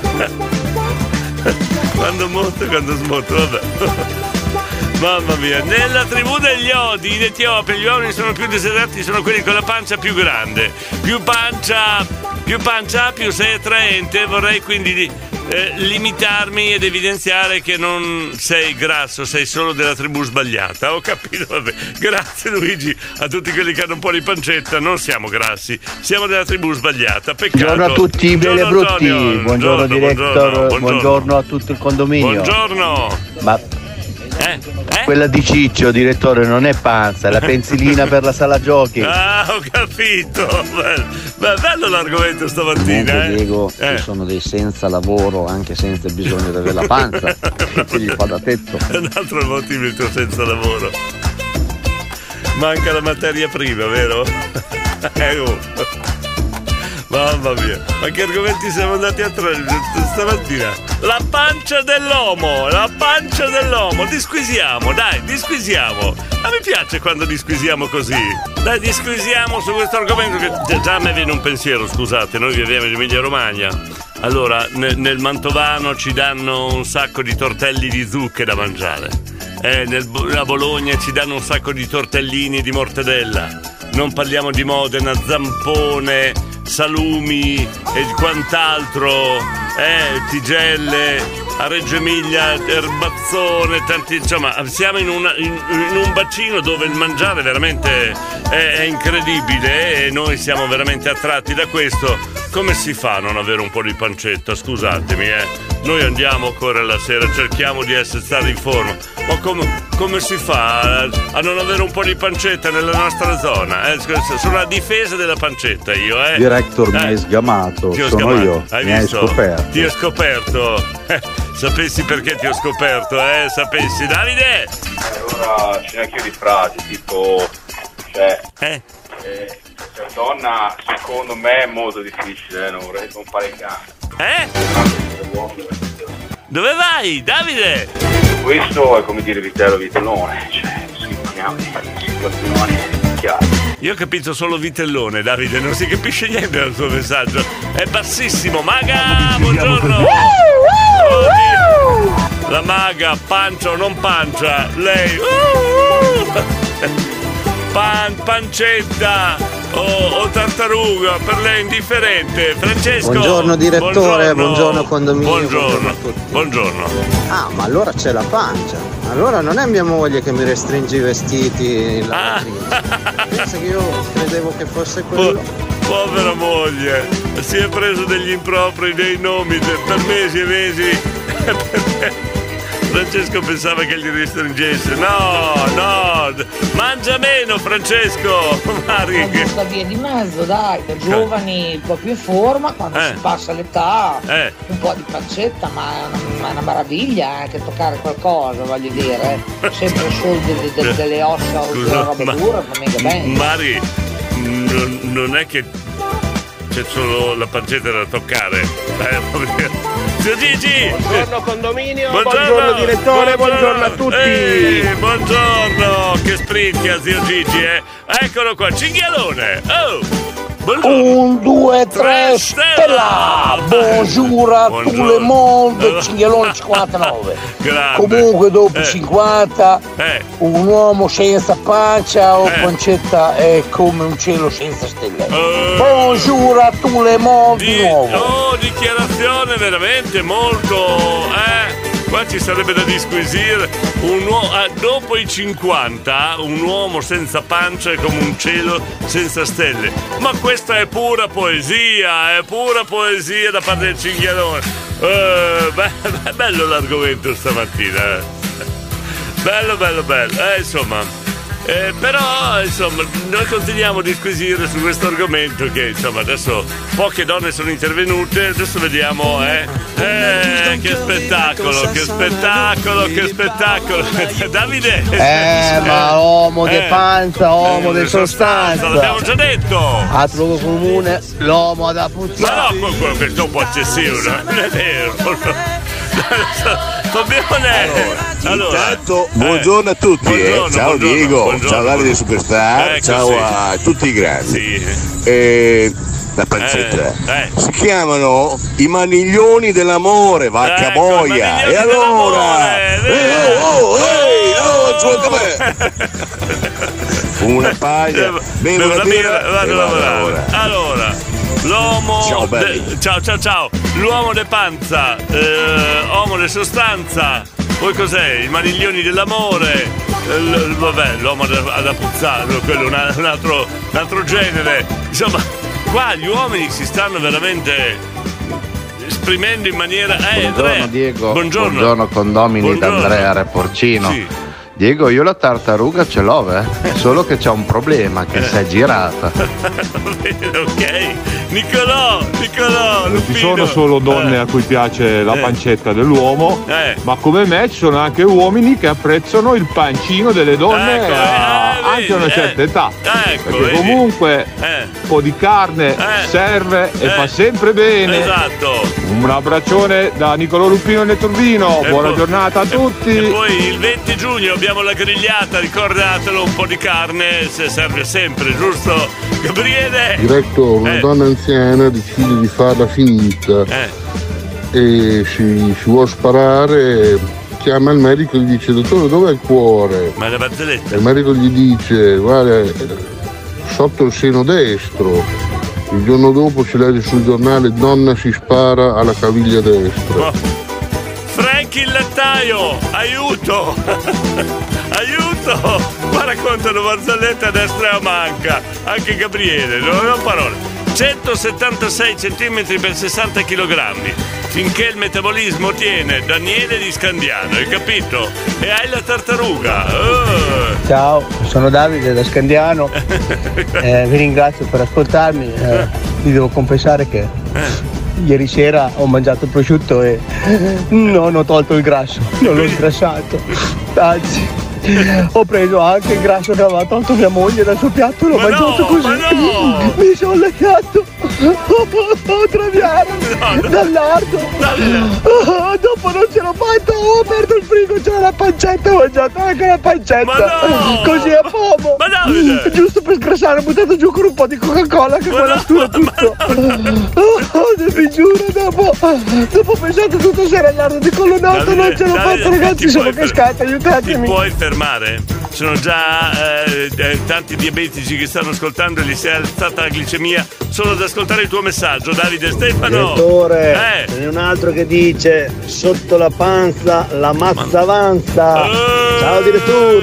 S2: Quando monto e quando smonto, vabbè. Mamma mia, nella tribù degli Odi in Etiopia gli uomini sono più desiderati, sono quelli con la pancia più grande. Più pancia, più sei attraente. Vorrei quindi limitarmi ed evidenziare che non sei grasso, sei solo della tribù sbagliata. Ho capito, vabbè. Grazie Luigi, a tutti quelli che hanno un po' di pancetta, non siamo grassi, siamo della tribù sbagliata. Peccato.
S24: Buongiorno a tutti, belli e brutti. Buongiorno director, buongiorno a tutto il condominio.
S2: Buongiorno.
S24: Ma quella di Ciccio, direttore, non è panza, è la pensilina per la sala giochi.
S2: Ah, ho capito. Bello l'argomento stamattina.
S24: Comunque, Diego, ci sono dei senza lavoro anche senza bisogno di avere la panza, che gli fa da tetto.
S2: È un altro motivo il tuo senza lavoro. Manca la materia prima, vero? Mamma mia, ma che argomenti siamo andati a stamattina? La pancia dell'uomo, disquisiamo. A me piace quando disquisiamo così. Dai, disquisiamo su questo argomento che già a me viene un pensiero, scusate, noi viviamo in Emilia Romagna. Allora, nel Mantovano ci danno un sacco di tortelli di zucche da mangiare. A Bologna ci danno un sacco di tortellini di mortadella. Non parliamo di Modena, zampone, salumi e quant'altro, tigelle, a Reggio Emilia, erbazzone, tanti, insomma, siamo in un bacino dove il mangiare veramente è incredibile e noi siamo veramente attratti da questo. Come si fa a non avere un po' di pancetta? Scusatemi, Noi andiamo a correre la sera, cerchiamo di stare in forma, ma come si fa a non avere un po' di pancetta nella nostra zona? Sono a difesa della pancetta io,
S24: Director, mi hai sgamato, sono io, mi hai scoperto.
S2: Ti ho scoperto, sapessi perché ti ho scoperto, sapessi, Davide?
S21: Allora c'è anche io di frasi, tipo, per donna secondo me è molto difficile, non vorrei fare cane.
S2: Dove vai, Davide?
S21: Questo è come dire vitellone, si parliamo di situazioni chiare.
S2: Io ho capito solo vitellone, Davide, non si capisce niente dal suo messaggio. È bassissimo. Maga, buongiorno. Oddio. La maga, pancia o non pancia? Lei. Pancetta o tartaruga, per lei è indifferente. Francesco.
S24: Buongiorno direttore, buongiorno condominio.
S2: Buongiorno.
S24: Ah, ma allora c'è la pancia. Allora non è mia moglie che mi restringe i vestiti. Pensa che io credevo che fosse quello.
S2: Povera moglie, si è preso degli impropri, dei nomi per mesi e mesi. Francesco pensava che gli restringesse. No, mangia meno Francesco. Mari.
S3: Ma giusta via di mezzo, dai, per giovani un po' più in forma, quando si passa l'età, un po' di pancetta, ma è una meraviglia anche toccare qualcosa, voglio dire. Sempre solo delle ossa o della roba dura, va mica bene.
S2: Mari, non è che c'è solo la pancetta da toccare. Zio Gigi!
S28: Buongiorno condominio, buongiorno direttore, buongiorno a tutti!
S2: Buongiorno, che sprintia zio Gigi, Eccolo qua, cinghialone! Oh! Buongiorno.
S5: 1, 2, 3, stella! Buongiorno a tout le monde, cinghialone 59.
S2: Grande.
S5: Comunque dopo 50 un uomo senza pancia o pancetta è come un cielo senza stelle. Buongiorno a tout le monde di nuovo.
S2: Oh, dichiarazione veramente molto qua ci sarebbe da disquisire. Dopo i 50 un uomo senza pancia è come un cielo senza stelle. Ma questa è pura poesia da parte del cinghialone. Bello l'argomento stamattina. Bello. Insomma. Però insomma noi continuiamo a disquisire su questo argomento che insomma adesso poche donne sono intervenute, adesso vediamo che spettacolo Davide
S28: ma uomo di panza, uomo di sostanza,
S2: l'abbiamo già detto,
S28: a luogo comune l'uomo da puttana.
S2: Ma no, questo è un po' eccessivo, non è vero. Allora,
S13: intanto buongiorno a tutti,
S2: buongiorno,
S13: ciao Diego, ciao Davide Superstar, ciao a tutti i grandi. La pancetta si chiamano i maniglioni dell'amore, vacca boia. E allora una paglia, bevo una birra e vado a lavorare.
S2: Allora, l'uomo ciao l'uomo de panza, uomo de sostanza, poi cos'è? I maniglioni dell'amore, l'uomo da puzzare, quello un altro genere. Insomma, qua gli uomini si stanno veramente esprimendo in maniera
S25: buongiorno Diego,
S2: buongiorno
S25: condomini d'Andrea Reporcino.
S2: Sì.
S25: Diego, io la tartaruga ce l'ho, solo che c'è un problema, che si è girata.
S2: Ok, Nicolò,
S15: non ci sono solo donne a cui piace la pancetta dell'uomo, ma come me ci sono anche uomini che apprezzano il pancino delle donne anche a una certa età. Perché comunque un po' di carne serve e fa sempre bene.
S2: Esatto.
S15: Un abbraccione da Nicolò Lupino e Netturbino, buona giornata a tutti.
S2: E poi il 20 giugno abbiamo la grigliata, ricordatelo, un po' di carne se serve sempre, giusto Gabriele?
S19: Diretto, una donna anziana decide di farla finita e si vuole sparare, chiama il medico e gli dice: dottore, dov'è il cuore?
S2: Ma la barzelletta.
S19: E il medico gli dice: guarda, sotto il seno destro. Il giorno dopo si legge sul giornale: donna si spara alla caviglia destra.
S2: Franchi il lattaio, aiuto! Aiuto! Qua raccontano barzellette a destra e a manca. Anche Gabriele, non ho parole. 176 cm per 60 kg. Finché il metabolismo tiene. Daniele di Scandiano, hai capito? E hai la tartaruga.
S28: Ciao, sono Davide da Scandiano. Vi ringrazio per ascoltarmi. Vi devo confessare che ieri sera ho mangiato il prosciutto e non ho tolto il grasso, non l'ho sgrassato. Anzi, ho preso anche il grasso che aveva tolto mia moglie dal suo piatto e l'ho mangiato così. Mi sono lasciato traviare dal lardo. Dopo non ce l'ho fatta, ho aperto il frigo, c'era la pancetta, ho mangiato anche la pancetta. Così a pomo. Giusto per sgrassare, ho buttato giù con un po' di Coca-Cola che poi la stura tutto. Vi giuro, dopo ho pensato tutta sera al lardo di colonnato, non ce l'ho fatta, ragazzi, sono cascata, aiutatemi.
S2: Ti puoi fermare? Sono già tanti diabetici che stanno ascoltando e gli si è alzata la glicemia solo ad ascoltare il tuo messaggio. Davide Stefano,
S28: direttore, ce n'è un altro che dice: sotto la panza la mazza avanza. Ciao direttore.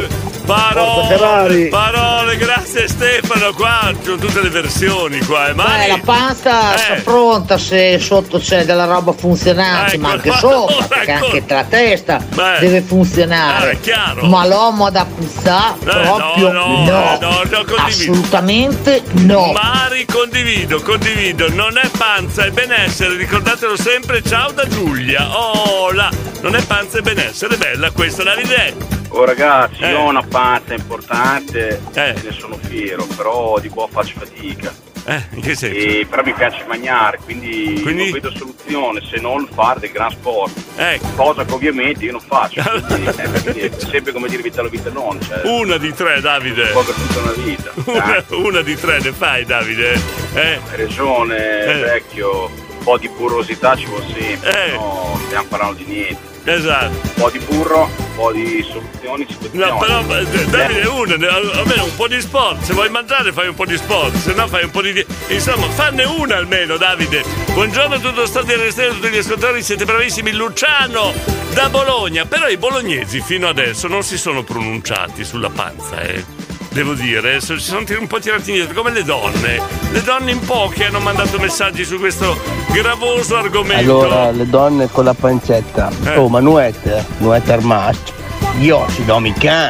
S2: Parole, grazie Stefano, qua ci sono tutte le versioni qua.
S3: La pasta sta pronta se sotto c'è della roba funzionante, ma anche sopra, perché anche la testa deve funzionare. Ma l'uomo da puzzare proprio no, assolutamente no.
S2: Mari, condivido, non è panza, è benessere, ricordatelo sempre. Ciao da Giulia. Non è panza, è benessere, bella questa, Davide.
S14: Oh ragazzi, io ho una panza importante e ne sono fiero, però di buona faccio fatica.
S2: In che senso?
S14: Però mi piace mangiare, quindi non vedo soluzione se non fare del gran sport. Cosa che ovviamente io non faccio. Quindi è sempre come dire vita non. Cioè,
S2: una di tre, Davide.
S14: Un po' per tutta una vita.
S2: Una di tre ne fai, Davide.
S14: Hai ragione, vecchio. Un po' di burrosità ci vuole sempre, no stiamo parlando di niente.
S2: Esatto.
S14: Un po' di burro, un po' di soluzioni, situazioni.
S2: No, però Davide, almeno un po' di sport. Se vuoi mangiare fai un po' di sport, se no fai un po' di... Insomma, fanne una almeno, Davide. Buongiorno a tutto lo stato di Restelo, tutti gli ascoltatori, siete bravissimi. Luciano da Bologna. Però i bolognesi fino adesso non si sono pronunciati sulla panza, Devo dire, ci sono un po' tirati indietro, come le donne. Le donne in poche hanno mandato messaggi su questo gravoso argomento.
S28: Allora, le donne con la pancetta. Ma nuete armaccio. Io si do mica.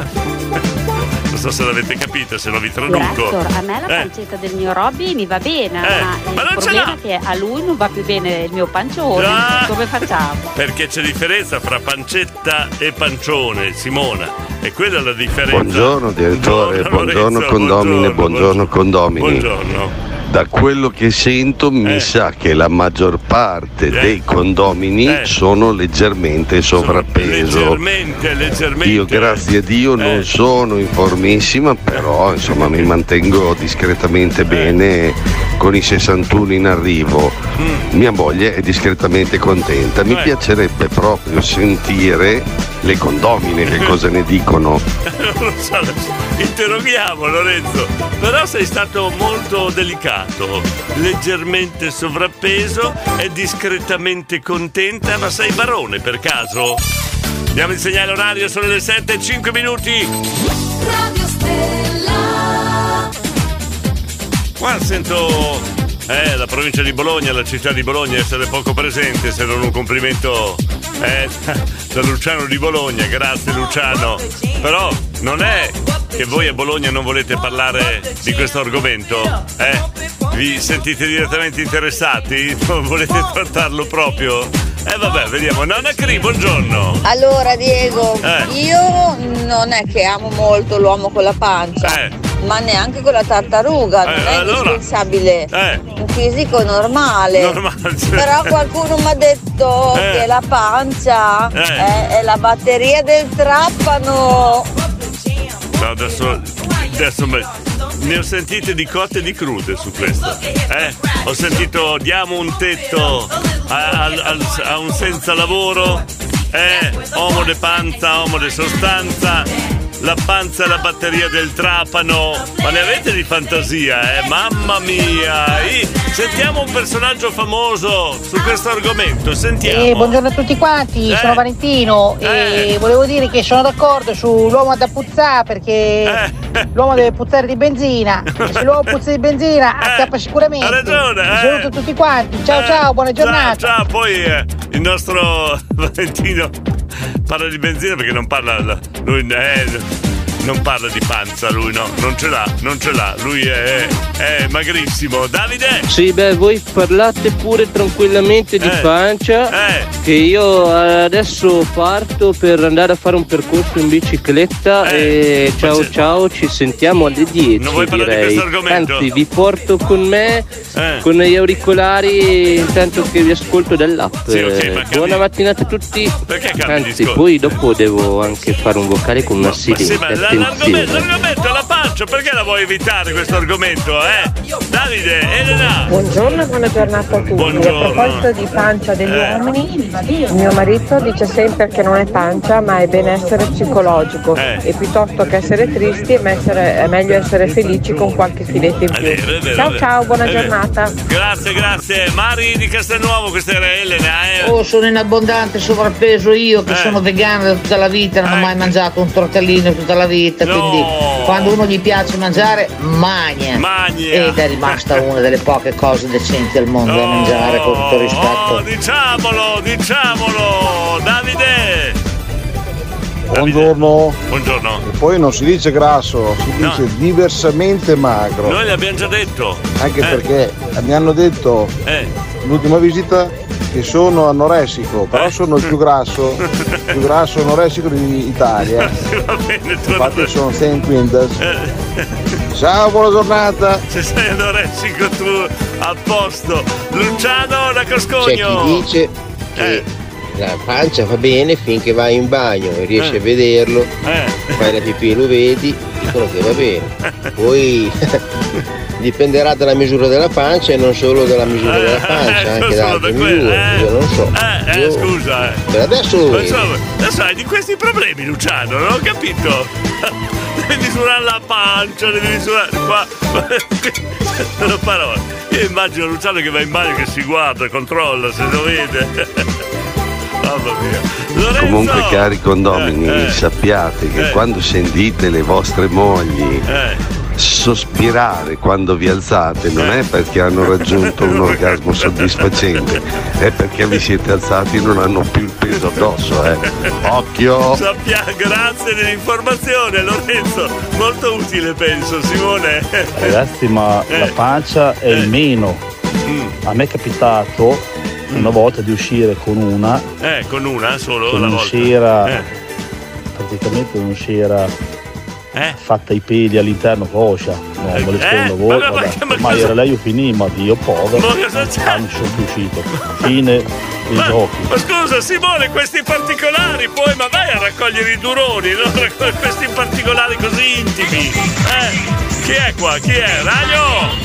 S2: Non so se l'avete capito, se no vi traduco.
S17: A me la pancetta del mio Robby mi va bene, ma il problema è che a lui non va più bene il mio pancione. Come facciamo?
S2: Perché c'è differenza fra pancetta e pancione, Simona. E quella è la differenza.
S13: Buongiorno direttore, buongiorno condomine, buongiorno condomini.
S2: Buongiorno.
S13: Da quello che sento mi sa che la maggior parte dei condomini sono leggermente sovrappeso.
S2: Leggermente.
S13: Io grazie a Dio non sono in formissima, però insomma mi mantengo discretamente bene con i 61 in arrivo. Mia moglie è discretamente contenta. Mi piacerebbe proprio sentire le condomine che cosa ne dicono.
S2: Non lo so, interroghiamo Lorenzo. Però sei stato molto delicato, leggermente sovrappeso e discretamente contenta, ma sei barone per caso? Andiamo il segnale orario, sono le 7:05. Radio Stella. Qua sento la provincia di Bologna, la città di Bologna essere poco presente, se non un complimento da Luciano di Bologna. Grazie Luciano. Però non è che voi a Bologna non volete parlare di questo argomento? Vi sentite direttamente interessati? Non volete trattarlo proprio? Vabbè, vediamo. Nonna Cri, buongiorno.
S18: Allora Diego, io non è che amo molto l'uomo con la pancia, ma neanche con la tartaruga, non è indispensabile un fisico normale. Però qualcuno mi ha detto che la pancia è la batteria del trapano.
S2: No, adesso ne ho sentite di cotte e di crude su questo. Ho sentito diamo un tetto a un senza lavoro, uomo de panza, uomo de sostanza. La panza è la batteria del trapano. Ma ne avete di fantasia, mamma mia. Sentiamo un personaggio famoso su questo argomento. Sentiamo.
S20: Buongiorno a tutti quanti, sono Valentino e volevo dire che sono d'accordo sull'uomo da puzzare, perché l'uomo deve puzzare di benzina e se l'uomo puzza di benzina accappa sicuramente.
S2: Ha ragione.
S20: Saluto tutti quanti. Ciao, buona giornata.
S2: Ciao. Poi il nostro Valentino parla di benzina perché non parla lui non parla di panza, lui non ce l'ha, lui è magrissimo. Davide?
S8: Sì, voi parlate pure tranquillamente di pancia, che io adesso parto per andare a fare un percorso in bicicletta e ciao, ci sentiamo alle 10.
S2: Non vuoi parlare di questo argomento?
S8: Anzi, vi porto con me con gli auricolari intanto che vi ascolto dall'app. Buona mattinata a tutti.
S2: Perché
S8: anzi, poi dopo devo anche fare un vocale con una sirena.
S2: L'argomento è la pancia, perché la vuoi evitare questo argomento, Davide, Elena.
S22: Buongiorno e buona giornata a tutti.
S2: Buongiorno.
S22: A proposito di pancia degli uomini, mio marito dice sempre che non è pancia ma è benessere psicologico e piuttosto che essere tristi è meglio essere felici con qualche chiletto in più. Ciao, buona giornata.
S2: Grazie. Mari di Castelnuovo, questa era Elena.
S3: Sono in abbondante sovrappeso io che sono vegano da tutta la vita, non ho mai mangiato un tortellino tutta la vita. vita, quindi quando uno gli piace mangiare, magna. Ed è rimasta una delle poche cose decenti al mondo da mangiare, con tutto rispetto.
S2: Diciamolo, Davide.
S4: Buongiorno.
S2: Buongiorno.
S4: E poi non si dice grasso, si dice diversamente magro.
S2: Noi l'abbiamo già detto.
S4: Anche perché mi hanno detto l'ultima visita che sono anoressico, però sono il più grasso anoressico d'Italia.
S2: Va bene,
S4: infatti sono Saint Quintus. Ciao, buona giornata.
S2: Se sei anoressico tu, a posto. Luciano da Coscogno.
S6: C'è chi dice che la pancia va bene finché vai in bagno e riesci a vederlo, fai la pipì e lo vedi, dicono che va bene. Poi dipenderà dalla misura della pancia e non solo dalla misura della pancia, anche da altre misure, io non so.
S2: Scusa.
S4: Per adesso lo vedo.
S2: Adesso hai di questi problemi, Luciano, non ho capito. Devi misurare la pancia, devi misurare qua. Non ho parole. Io immagino Luciano che va in bagno, che si guarda, controlla se lo vede. Mamma mia. Lorenzo!
S7: Comunque, cari condomini, sappiate che quando sentite le vostre mogli sospirare quando vi alzate, non è perché hanno raggiunto un orgasmo soddisfacente, è perché vi siete alzati e non hanno più il peso addosso, Occhio!
S2: Grazie dell'informazione, Lorenzo, molto utile, penso. Simone.
S4: Ragazzi, ma la pancia è il meno. A me è capitato una volta di uscire con una
S2: solo
S4: che
S2: la
S4: non
S2: volta.
S4: Si era praticamente non si era fatta i peli all'interno coscia, no, me le scondo voi, ma era lei, io finì, ma Dio povero, non sono più uscito, fine dei giochi.
S2: Ma scusa Simone, questi particolari poi, ma vai a raccogliere i duroni, non raccogli questi particolari così intimi. Chi è qua? Chi è? Ragno!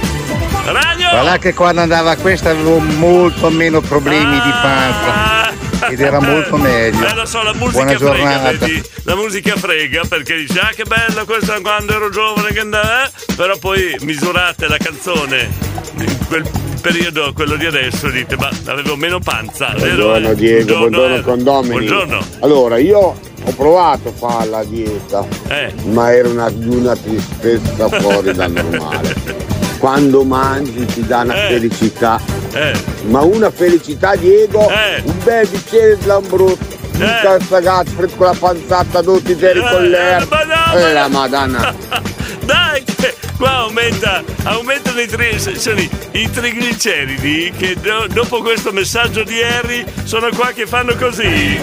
S9: Guarda che quando andava a questa avevo molto meno problemi di panza ed era molto meglio.
S2: Lo so, la musica
S9: buona giornata.
S2: Frega, vedi? La musica frega, perché dice che bella questa quando ero giovane che andava, però poi misurate la canzone in quel periodo, quello di adesso, dite ma avevo meno panza.
S11: Buongiorno Diego, buongiorno condomini.
S2: Buongiorno.
S11: Allora, io ho provato a fare la dieta, ma era una tristezza fuori dal normale. Quando mangi ti dà una felicità, ma una felicità, Diego, un bel bicchiere di Lambrusco, un calzagazzo con la panzata tutti Jerry Coller, la madonna.
S2: Dai, qua aumentano i trigliceridi che dopo questo messaggio di Harry sono qua che fanno così.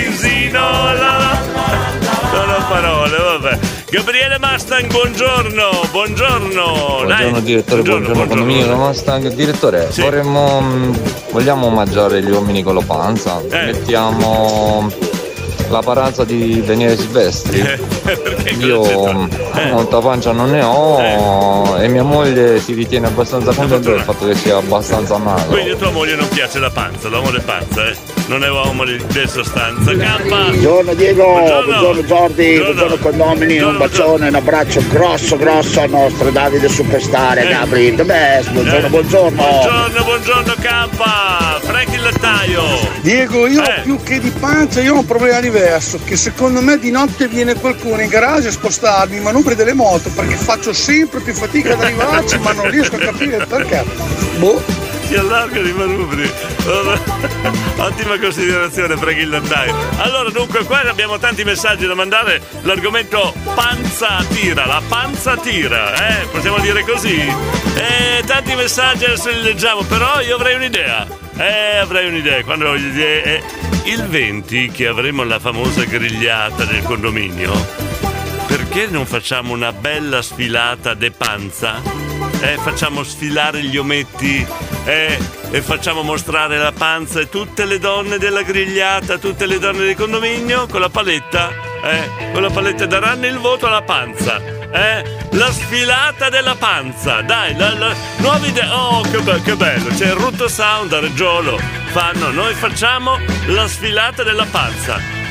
S2: Non ho parole, vabbè. Gabriele Mustang, buongiorno.
S23: Buongiorno
S2: Buongiorno,
S23: direttore, buongiorno condominio Mustang. Direttore, vogliamo mangiare gli uomini con la panza? Mettiamo la paranza di Daniele Silvestri. Io molta pancia non ne ho e mia moglie si ritiene abbastanza contenta del fatto che sia abbastanza magro.
S2: Quindi a tua moglie non piace la panza, l'uomo è panza, non è uomo di sostanza. Campa.
S11: Buongiorno Diego, buongiorno Jordi, buongiorno condomini, un bacione, un abbraccio grosso al nostro Davide Superstar e Gabri The Best. Buongiorno
S2: Campa. Franchi il lattaio.
S10: Diego, io più che di pancia io ho un problema diverso, che secondo me di notte viene qualcuno in garage a spostarmi i manubri delle moto, perché faccio sempre più fatica ad arrivarci, ma non riesco a capire il perché.
S2: Si allargano i manubri. Ottima considerazione, Franchi il lattaio. Allora, dunque, qua abbiamo tanti messaggi da mandare. L'argomento panza tira, la panza tira, possiamo dire così? Tanti messaggi, adesso li leggiamo, però io avrei un'idea. Quando il 20 che avremo la famosa grigliata del condominio, perché non facciamo una bella sfilata de panza? Facciamo sfilare gli ometti e facciamo mostrare la panza e tutte le donne della grigliata, tutte le donne del condominio con la paletta daranno il voto alla panza. La sfilata della panza, dai, la nuova idea. Oh, che bello, c'è il Rutto Sound a Reggiolo, noi facciamo la sfilata della panza.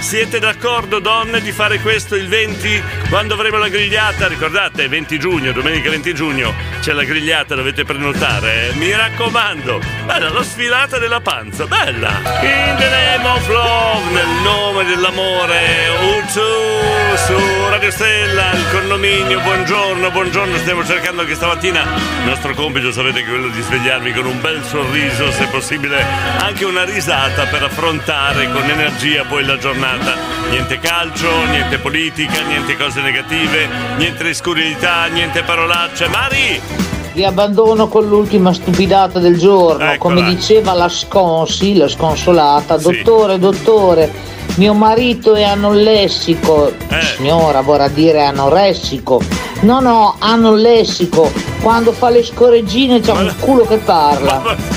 S2: Siete d'accordo, donne, di fare questo il 20, quando avremo la grigliata? Ricordate, 20 giugno, domenica 20 giugno c'è la grigliata, dovete prenotare, mi raccomando. Bella, la sfilata della panza, bella. In the name of love, nel nome dell'amore, su Radio Stella, il condominio, buongiorno, stiamo cercando anche stamattina, il nostro compito sapete che è quello di svegliarvi con un bel sorriso, se possibile anche una risata per affrontare con energia poi la giornata. Niente calcio, niente politica, niente cose negative, niente riscurità, niente parolacce. Mari!
S3: Vi abbandono con l'ultima stupidata del giorno. Eccola. Come diceva la Sconsi, la sconsolata, sì. Dottore, mio marito è anollessico. Signora, vorrà dire anoressico. No, anollessico. Quando fa le scoreggine c'ha un culo che parla.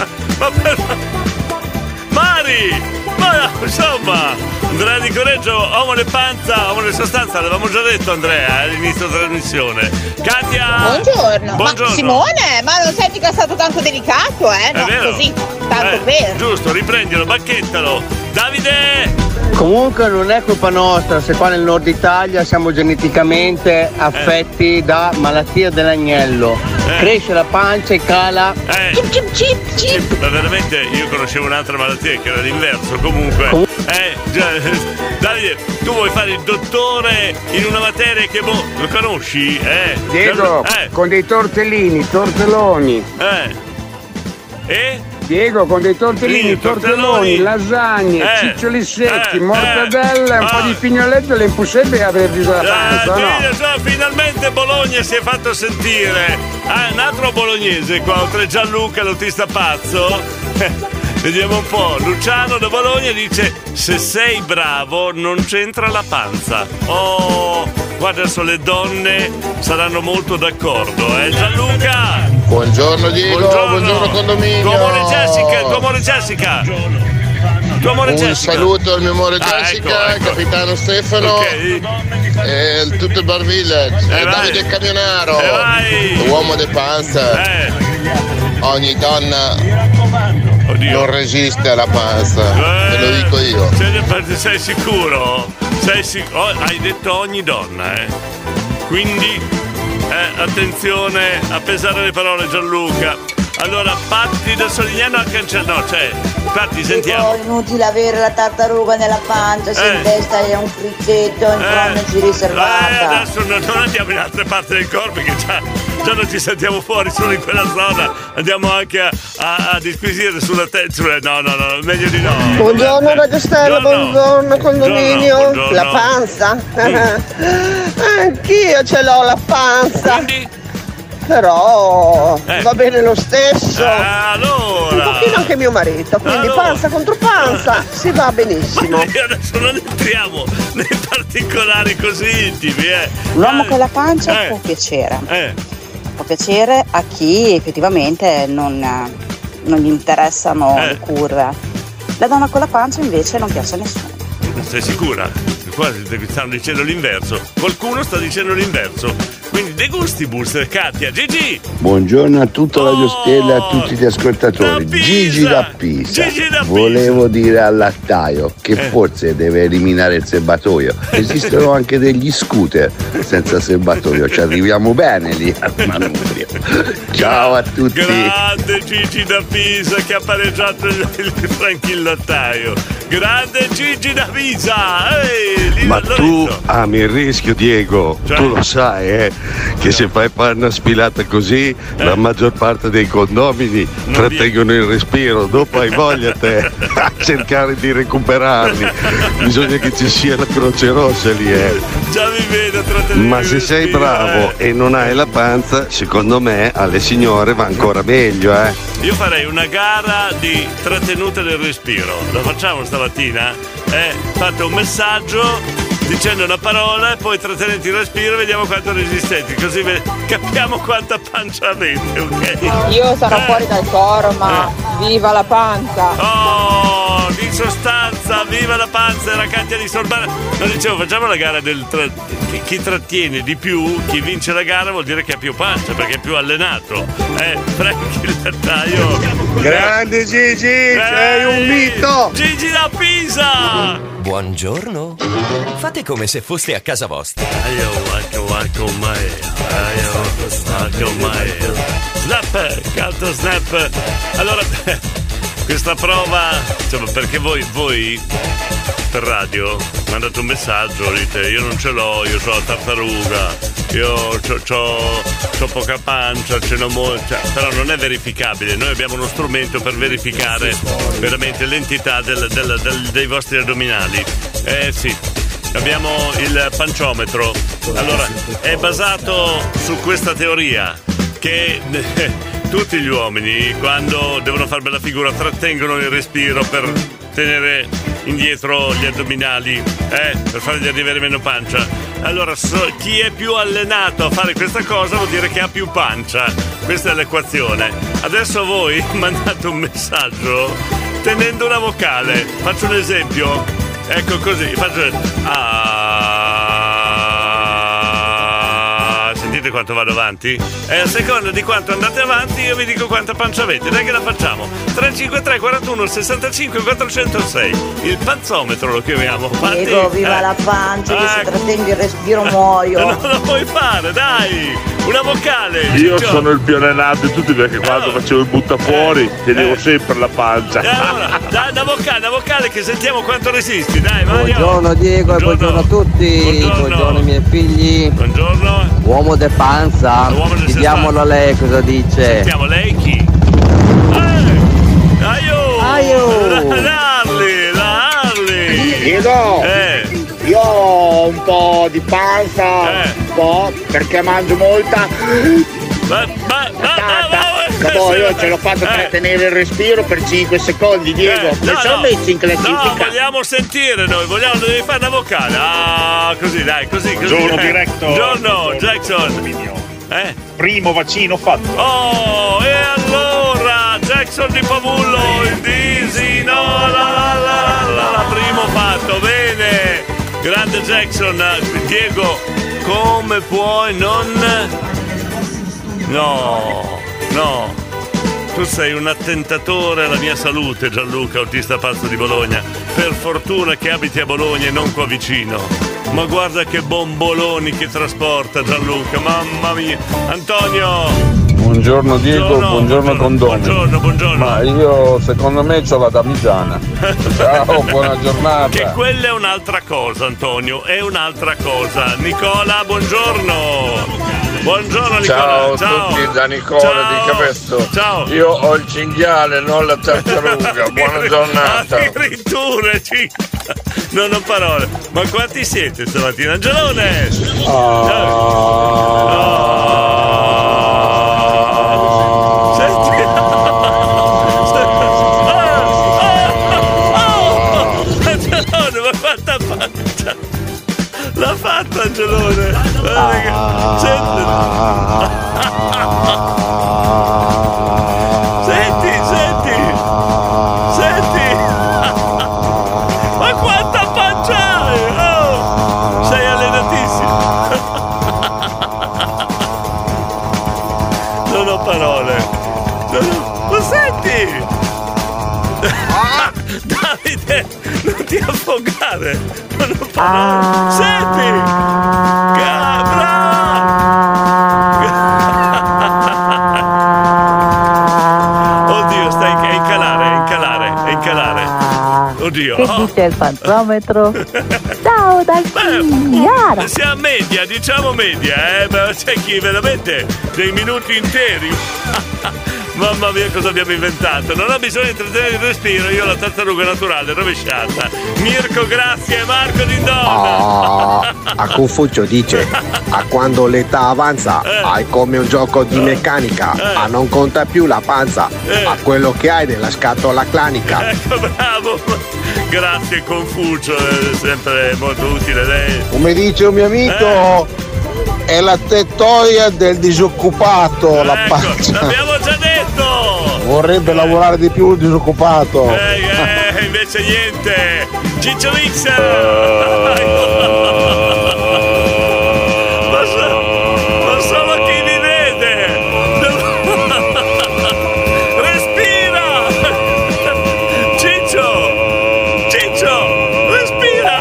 S2: Mari! Ma insomma, Andrea Di Correggio, uomo di panza, uomo di sostanza, l'avevamo già detto Andrea all'inizio della trasmissione. Katia!
S18: Buongiorno. Ma Simone, ma non sei mica stato tanto delicato, no,
S2: vero?
S18: Così, tanto per.
S2: Giusto, riprendilo, bacchettalo. Davide!
S1: Comunque non è colpa nostra se qua nel nord Italia siamo geneticamente affetti da malattia dell'agnello. Cresce la pancia e cala.
S2: Chip. Ma veramente io conoscevo un'altra malattia che era l'inverso. Comunque. Davide, tu vuoi fare il dottore in una materia che lo conosci?
S5: Diego, con dei tortelloni. Diego, con dei tortelloni, lasagne, ciccioli secchi, mortadella, un po' di pignoletto e le impossibili aver preso la panza, no?
S2: Finalmente Bologna si è fatto sentire. Un altro bolognese qua, oltre Gianluca, l'autista pazzo. Vediamo un po'. Luciano da Bologna dice: se sei bravo non c'entra la panza. Oh, guarda, adesso le donne saranno molto d'accordo, Gianluca?
S12: Buongiorno Diego, buongiorno condominio.
S2: Tuo amore Jessica.
S12: Un saluto al mio amore Jessica, ecco. Capitano Stefano, tutto il Bar Village, Davide Camionaro, uomo di panza. Ogni donna non resiste alla panza, te lo dico io.
S2: Sei sicuro? Hai detto ogni donna, Quindi attenzione a pesare le parole, Gianluca. Allora, Patti da Solignano a Cancello, Patti, sentiamo.
S18: È inutile avere la tartaruga nella pancia, se in testa è un friccetto, in fronte ci riservata.
S2: Adesso non andiamo in altre parti del corpo, che già non ci sentiamo fuori, solo in quella zona. Andiamo anche a disquisire sulla testa. No, meglio di no.
S28: Buongiorno Radio Stella, buongiorno condominio.
S2: Buongiorno.
S28: La panza? Anch'io ce l'ho la panza.
S2: Quindi?
S28: Però va bene lo stesso.
S2: Allora.
S28: Un pochino anche mio marito, quindi panza contro panza si va benissimo.
S2: Adesso non entriamo nei particolari così intimi.
S16: L'uomo con la pancia può piacere. Può piacere a chi effettivamente non gli interessano le curve. La donna con la pancia invece non piace a nessuno.
S2: Sei sicura? Qua stanno dicendo l'inverso. Qualcuno sta dicendo l'inverso. Quindi De Gustibus, Katia, Gigi.
S11: Buongiorno a tutta Radio Stella e a tutti gli ascoltatori. Gigi da Pisa. Volevo dire al lattaio che forse deve eliminare il serbatoio. Esistono anche degli scooter senza serbatoio, ci arriviamo bene lì al manubrio. Ciao a tutti.
S2: Grande Gigi da Pisa che ha pareggiato il tranquillattaio. Grande Gigi da Pisa.
S7: Ma tu ami il rischio, Diego, tu lo sai, che se fai fare una spilata così la maggior parte dei condomini trattengono il respiro, dopo hai voglia te a cercare di recuperarli, bisogna che ci sia la Croce Rossa lì.
S2: Già mi vedo trattenere.
S7: Ma se sei bravo e non hai la panza, secondo me alle signore va ancora meglio.
S2: Io farei una gara di trattenuta del respiro, la facciamo stamattina? Fate un messaggio dicendo una parola e poi trattenete il respiro e vediamo quanto resistenti, così capiamo quanta pancia avete, ok?
S22: Io sarò fuori dal coro, ma viva la panza!
S2: Oh, in sostanza, viva la panza della Katia di Sorbara. Non dicevo, facciamo la gara chi trattiene di più, chi vince la gara vuol dire che ha più pancia, perché è più allenato. Franchi il Lattaio.
S10: Grande Gigi, sei un mito!
S2: Gigi da Pisa!
S14: Buongiorno. Fate come se foste a casa vostra.
S2: Snap, caldo snap. Allora, questa prova, insomma, perché voi per radio mandate un messaggio, dite io non ce l'ho, io sono la tartaruga, io c'ho poca pancia, ce n'ho molta, però non è verificabile. Noi abbiamo uno strumento per verificare veramente l'entità dei vostri addominali. Sì, abbiamo il panciometro. Allora, è basato su questa teoria che tutti gli uomini, quando devono fare bella figura, trattengono il respiro per tenere indietro gli addominali, per fargli arrivare meno pancia. Allora, chi è più allenato a fare questa cosa vuol dire che ha più pancia. Questa è l'equazione. Adesso voi mandate un messaggio tenendo una vocale. Faccio un esempio. Ecco così, sentite quanto vado avanti? A seconda di quanto andate avanti io vi dico quanta pancia avete. Dai che la facciamo. 353 41 65 406. Il panzometro lo chiamiamo.
S18: Diego, viva la pancia, che se trattengo il respiro muoio.
S2: Non lo puoi fare, dai! Una vocale!
S4: Io sono il più allenato di tutti, perché quando facevo il buttafuori tenevo sempre la pancia.
S2: Allora, dai, una vocale che sentiamo quanto resisti, dai, vai!
S8: Buongiorno Diego, e buongiorno a tutti. Buongiorno ai miei figli.
S2: Buongiorno.
S8: Uomo de panza. Chiediamolo a lei cosa dice.
S2: Sentiamo lei chi? La Harley!
S9: Diego! Io ho un po' di panza, un po', perché mangio molta. Io ce l'ho fatto trattenere il respiro per 5 secondi, Diego. Come sono messi in classifica?
S2: No, vogliamo sentire noi, devi fare una vocale. Così, dai, così.
S15: Buongiorno diretto.
S2: Buongiorno, Jackson.
S15: Primo vaccino fatto.
S2: Oh, e allora Jackson di Pavullo, il Disi, la primo fatto, bene. Grande Jackson. Diego, come puoi non... No. Tu sei un attentatore alla mia salute, Gianluca, autista pazzo di Bologna. Per fortuna che abiti a Bologna e non qua vicino. Ma guarda che bomboloni che trasporta Gianluca, mamma mia. Antonio!
S19: Buongiorno Diego, buongiorno Condomi.
S2: Buongiorno.
S19: Ma io secondo me c'ho la damigiana. Ciao, buona giornata.
S2: Che quella è un'altra cosa, Antonio, è un'altra cosa. Nicola, buongiorno. Buongiorno Nicola.
S19: Ciao a tutti da Nicola di Capesto.
S2: Ciao.
S19: Io ho il cinghiale, non la tartaruga. Buona giornata.
S2: Addirittura non ho parole. Ma quanti siete stamattina? Angelone! Angelone, ma quanta pancia! L'ha fatta Angelone! Senti! Ma quanta pancia hai! Sei allenatissimo! Non ho parole! Ma senti! Davide, non ti affogare! Non ho parole! Senti! Oddio, è in calare. Oddio.
S21: Che dice il panzometro? Ciao dal Chiara.
S2: Sia media, diciamo media, ma c'è chi veramente dei minuti interi. Mamma mia, cosa abbiamo inventato? Non ha bisogno di trattenere il respiro. Io la tartaruga naturale rovesciata. Mirko, grazie. Marco Dindon.
S11: A Confucio dice: a quando l'età avanza hai come un gioco di meccanica, a non conta più la panza, a quello che hai nella scatola clanica.
S2: Ecco, bravo. Grazie Confucio, è sempre molto utile lei.
S9: Come dice un mio amico, è la tettoia del disoccupato, la pancia.
S2: L'abbiamo già detto!
S9: Vorrebbe lavorare di più il disoccupato.
S2: invece niente. Ciccio Mix. Ma solo chi mi vede. Respira. Ciccio, respira.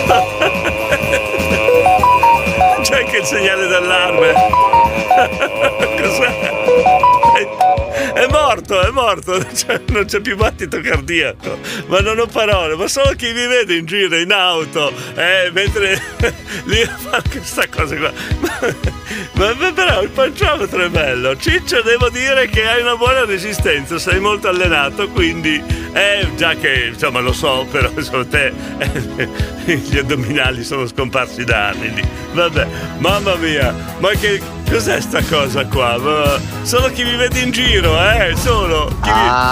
S2: C'è anche il segnale d'allarme. Cos'è? È morto, non c'è più battito cardiaco, ma non ho parole, ma solo chi mi vede in giro in auto, mentre lì fa questa cosa qua. Ma però il panciometro è bello. Ciccio, devo dire che hai una buona resistenza, sei molto allenato, quindi già che insomma lo so, però insomma te gli addominali sono scomparsi da anni. Vabbè, mamma mia, ma che cos'è sta cosa qua? Ma solo chi mi vede in giro, solo chi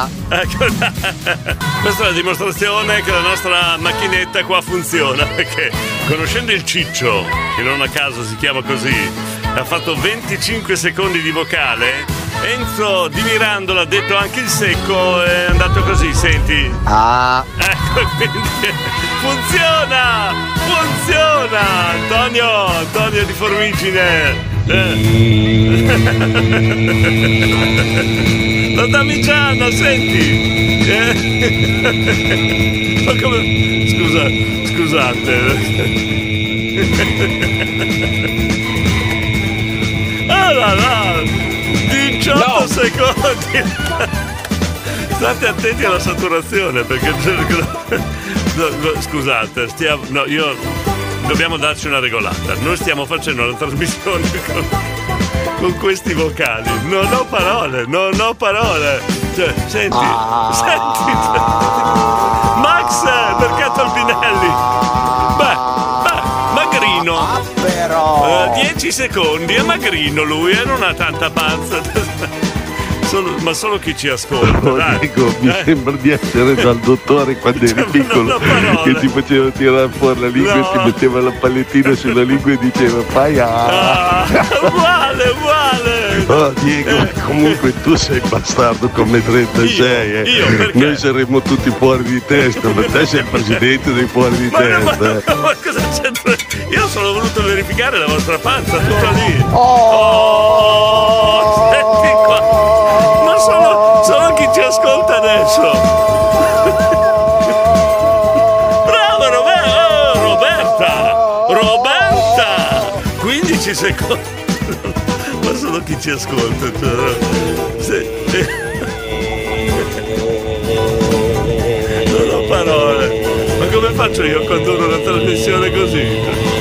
S2: Questa è la dimostrazione che la nostra macchinetta qua funziona, perché conoscendo il Ciccio, che non a caso si chiama così, ha fatto 25 secondi di vocale. Enzo Di Mirandola ha detto anche il secco, è andato così, senti. Ecco, quindi funziona. Antonio di Formigine. La Damigiana, senti. Ma come? Scusate. Là, 18 secondi. State attenti alla saturazione, perché scusate, dobbiamo darci una regolata. Noi stiamo facendo una trasmissione con questi vocali. Non ho parole. Cioè, senti. Max Mercato Albinelli. Beh, magrino.
S28: Però
S2: 10 secondi, è magrino lui, non ha tanta panza. Ma solo chi ci ascolta, dai.
S7: Dico, mi sembra di essere dal dottore quando eri piccolo, che ti faceva tirare fuori la lingua e ti metteva la pallettina sulla lingua e diceva fai
S2: uguale.
S7: Oh Diego, comunque tu sei bastardo come 36,
S2: Io
S7: Noi saremmo tutti fuori di testa, ma te sei il presidente dei fuori di testa.
S2: Ma cosa c'entra? Io ho solo voluto verificare la vostra panza, tutto lì. Senti qua. Ma solo chi ci ascolta adesso. Bravo Roberta. 15 secondi. Ma solo chi ci ascolta. Non ho parole. Ma come faccio io a condurre una trasmissione così?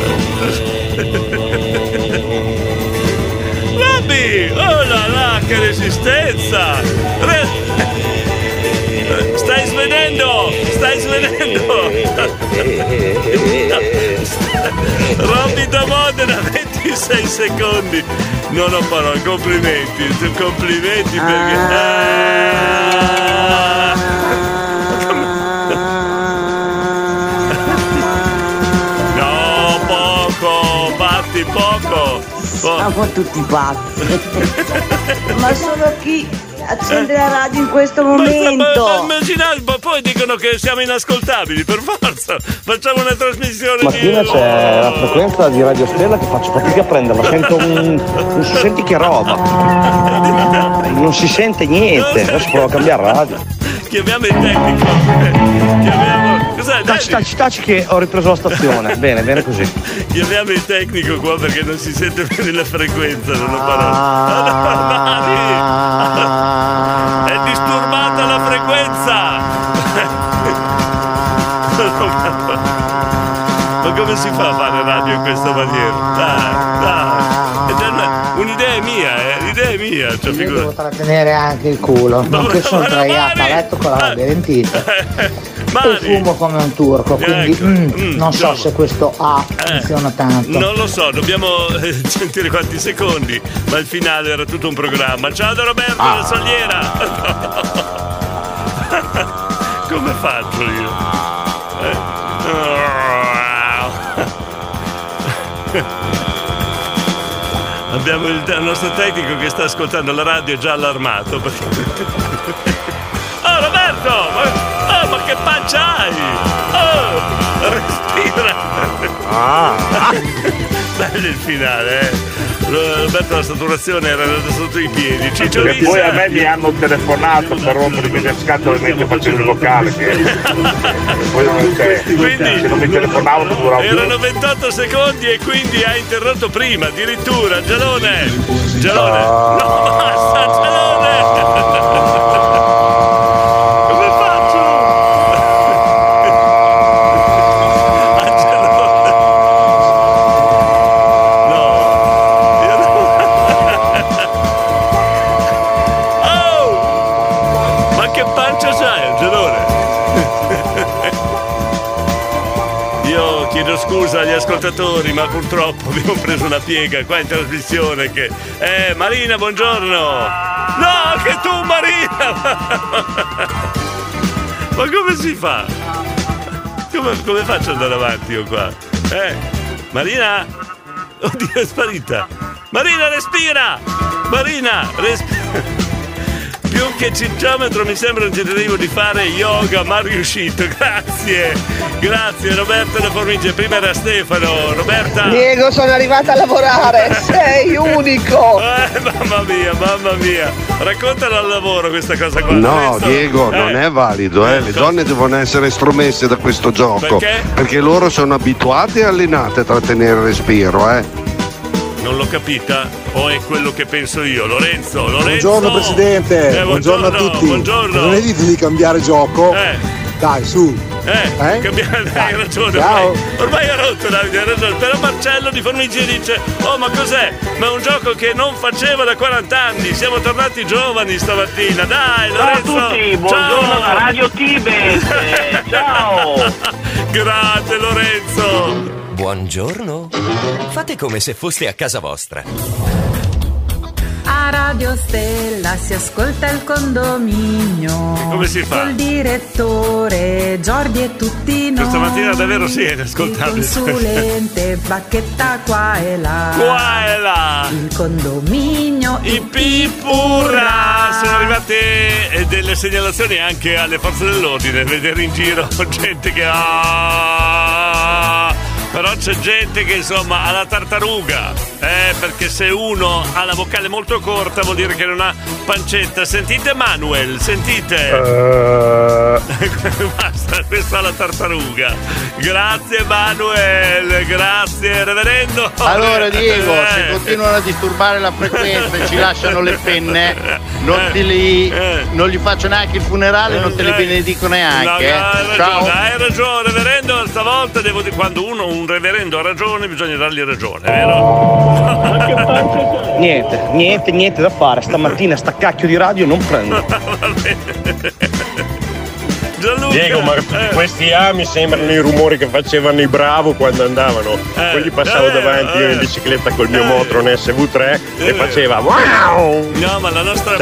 S2: Robby! Oh là là, che resistenza! Stai svenendo! Robby da Modena, 26 secondi! Non ho parole, complimenti perché... No, poco!
S6: Siamo tutti pazzi. Ma solo chi accende la radio in questo momento?
S2: Immaginate, ma poi dicono che siamo inascoltabili, per forza. Facciamo una trasmissione.
S13: Mattina c'è la frequenza di Radio Stella che faccio fatica a prenderla. Non si sente che roba. Non si sente niente. Adesso provo a cambiare radio.
S2: Chiamiamo il tecnico. Cos'è?
S13: Taci che ho ripreso la stazione. Bene così.
S2: Chiamiamo il tecnico qua perché non si sente bene la frequenza, non ho parole. È disturbata la frequenza. Ma come si fa a fare radio in questa maniera? Dai. Un'idea mia, cioè,
S3: io devo trattenere anche il culo, nonché sono traiata a letto con la labirintite e fumo come un turco, quindi non so se questo funziona tanto.
S2: Non lo so, dobbiamo sentire quanti secondi, ma il finale era tutto un programma. Ciao da Roberto la Soliera. Come faccio io? Abbiamo il nostro tecnico che sta ascoltando la radio, è già allarmato. Oh Roberto! Ma che pancia hai? Respira. Bello il finale, Roberto, la saturazione era sotto i piedi. Ciccio
S15: e poi a me mi hanno telefonato per rompermi le scatole mentre facevo il vocale poi non c'è.
S2: Quindi
S15: se non mi telefonavano durava
S2: erano 28 secondi e quindi ha interrotto prima addirittura. Gialone no, basta, Gialone. Scusa agli ascoltatori, ma purtroppo abbiamo preso una piega qua in trasmissione che... Marina, buongiorno! No, che tu, Marina! Ma come si fa? Come faccio ad andare avanti io qua? Marina? Oddio, è sparita! Marina, respira! Marina, respira! Più che cicciametro mi sembra un tentativo di fare yoga, ma riuscito. Grazie Roberta da Formice. Prima era Stefano. Roberta.
S28: Diego, sono arrivata a lavorare. Sei unico.
S2: Mamma mia. Raccontalo al lavoro questa cosa qua.
S7: No, Diego, non è valido. Le donne devono essere estromesse da questo gioco. Perché loro sono abituate e allenate a trattenere il respiro,
S2: Non l'ho capita, o è quello che penso io? Lorenzo.
S1: Buongiorno Presidente, buongiorno a tutti.
S2: Buongiorno.
S1: Non è dite di cambiare gioco? Dai, su.
S2: Hai ragione. Ormai ha rotto, Davide, hai ragione. Però Marcello di Formigine dice: oh, ma cos'è? Ma è un gioco che non faceva da 40 anni. Siamo tornati giovani stamattina. Dai, Lorenzo.
S17: Ciao a tutti, buongiorno da Radio Tibet. Ciao.
S2: Grazie, Lorenzo.
S14: Buongiorno. Fate come se foste a casa vostra.
S21: A Radio Stella si ascolta il condominio.
S2: Come si fa?
S21: Col direttore Giordi e tutti noi.
S2: Questa mattina davvero sì, è ascoltabile.
S21: Il consulente Bacchetta qua e là. Il condominio
S2: Ipipurra. Sono arrivate delle segnalazioni anche alle forze dell'ordine. Vedere in giro gente che però c'è gente che insomma ha la tartaruga, perché se uno ha la vocale molto corta vuol dire che non ha pancetta. Sentite Manuel, sentite. Basta, questa è la tartaruga. Grazie Manuel, grazie reverendo.
S9: Allora Diego, se continuano a disturbare la frequenza e ci lasciano le penne, non gli faccio neanche il funerale, non te le benedico neanche.
S2: Ciao. Hai ragione reverendo, stavolta devo dire, quando un reverendo ha ragione bisogna dargli ragione, vero?
S13: Niente da fare, stamattina sta cacchio di radio non prendo.
S20: Diego, ma tutti questi mi sembrano i rumori che facevano i Bravo quando andavano. Poi gli passavo davanti io in bicicletta col mio Motron SV3 e faceva wow!
S2: No, ma la nostra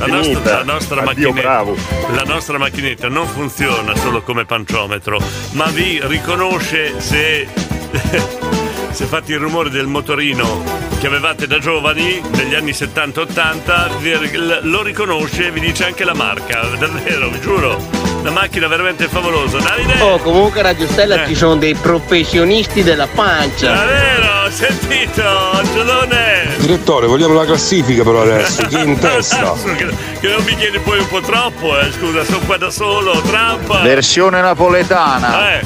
S2: macchinetta non funziona solo come panciometro, ma vi riconosce se fate il rumore del motorino che avevate da giovani negli anni 70-80, lo riconosce e vi dice anche la marca, davvero, vi giuro. Una macchina veramente favolosa. Davide!
S8: Comunque a Radio Stella ci sono dei professionisti della pancia.
S2: Davvero, sentito, Giolone!
S23: Direttore, vogliamo la classifica però adesso, chi in testa?
S2: Che non mi chiedi poi un po' troppo, scusa, sono qua da solo, Trump!
S9: Versione napoletana!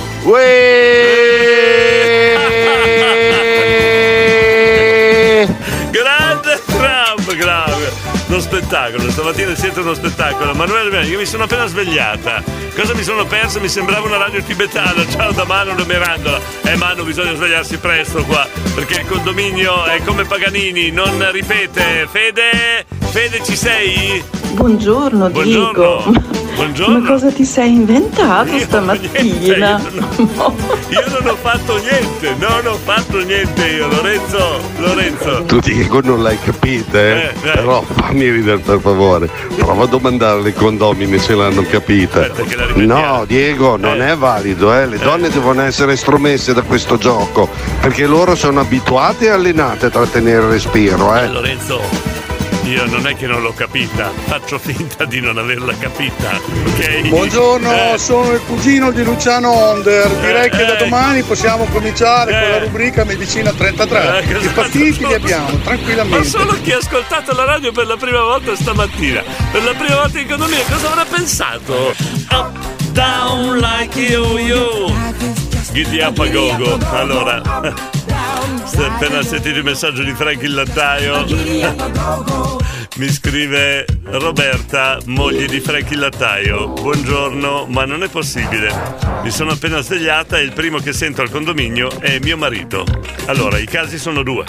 S2: Grande Trump, grave! Uno spettacolo, stamattina siete uno spettacolo. Manuele, io mi sono appena svegliata. Cosa mi sono perso? Mi sembrava una radio tibetana. Ciao da Manu da Mirandola. Manu, bisogna svegliarsi presto qua, perché il condominio è come Paganini, non ripete. Fede, ci sei?
S21: Buongiorno Diego.
S2: Buongiorno.
S21: Ma cosa ti sei inventato stamattina?
S2: Io non ho fatto niente io, Lorenzo.
S7: Tu Diego non l'hai capita, però fammi ridere per favore. Prova a domandare alle condomine se l'hanno capita. No Diego, non è valido, le donne devono essere estromesse da questo gioco, perché loro sono abituate e allenate a trattenere il respiro,
S2: Lorenzo, Io non è che non l'ho capita, faccio finta di non averla capita, ok?
S10: Buongiorno, sono il cugino di Luciano Onder. Direi che da domani possiamo cominciare con la rubrica Medicina 33. I partiti li abbiamo, tranquillamente.
S2: Ma solo chi ha ascoltato la radio per la prima volta stamattina, per la prima volta in economia, cosa avrà pensato? Up, down like yo-yo. Giddy up a go-go. Allora, appena sentito il messaggio di Frank il lattaio, mi scrive Roberta, moglie di Frank il lattaio: buongiorno, ma non è possibile, mi sono appena svegliata e il primo che sento al condominio è mio marito. Allora, i casi sono due.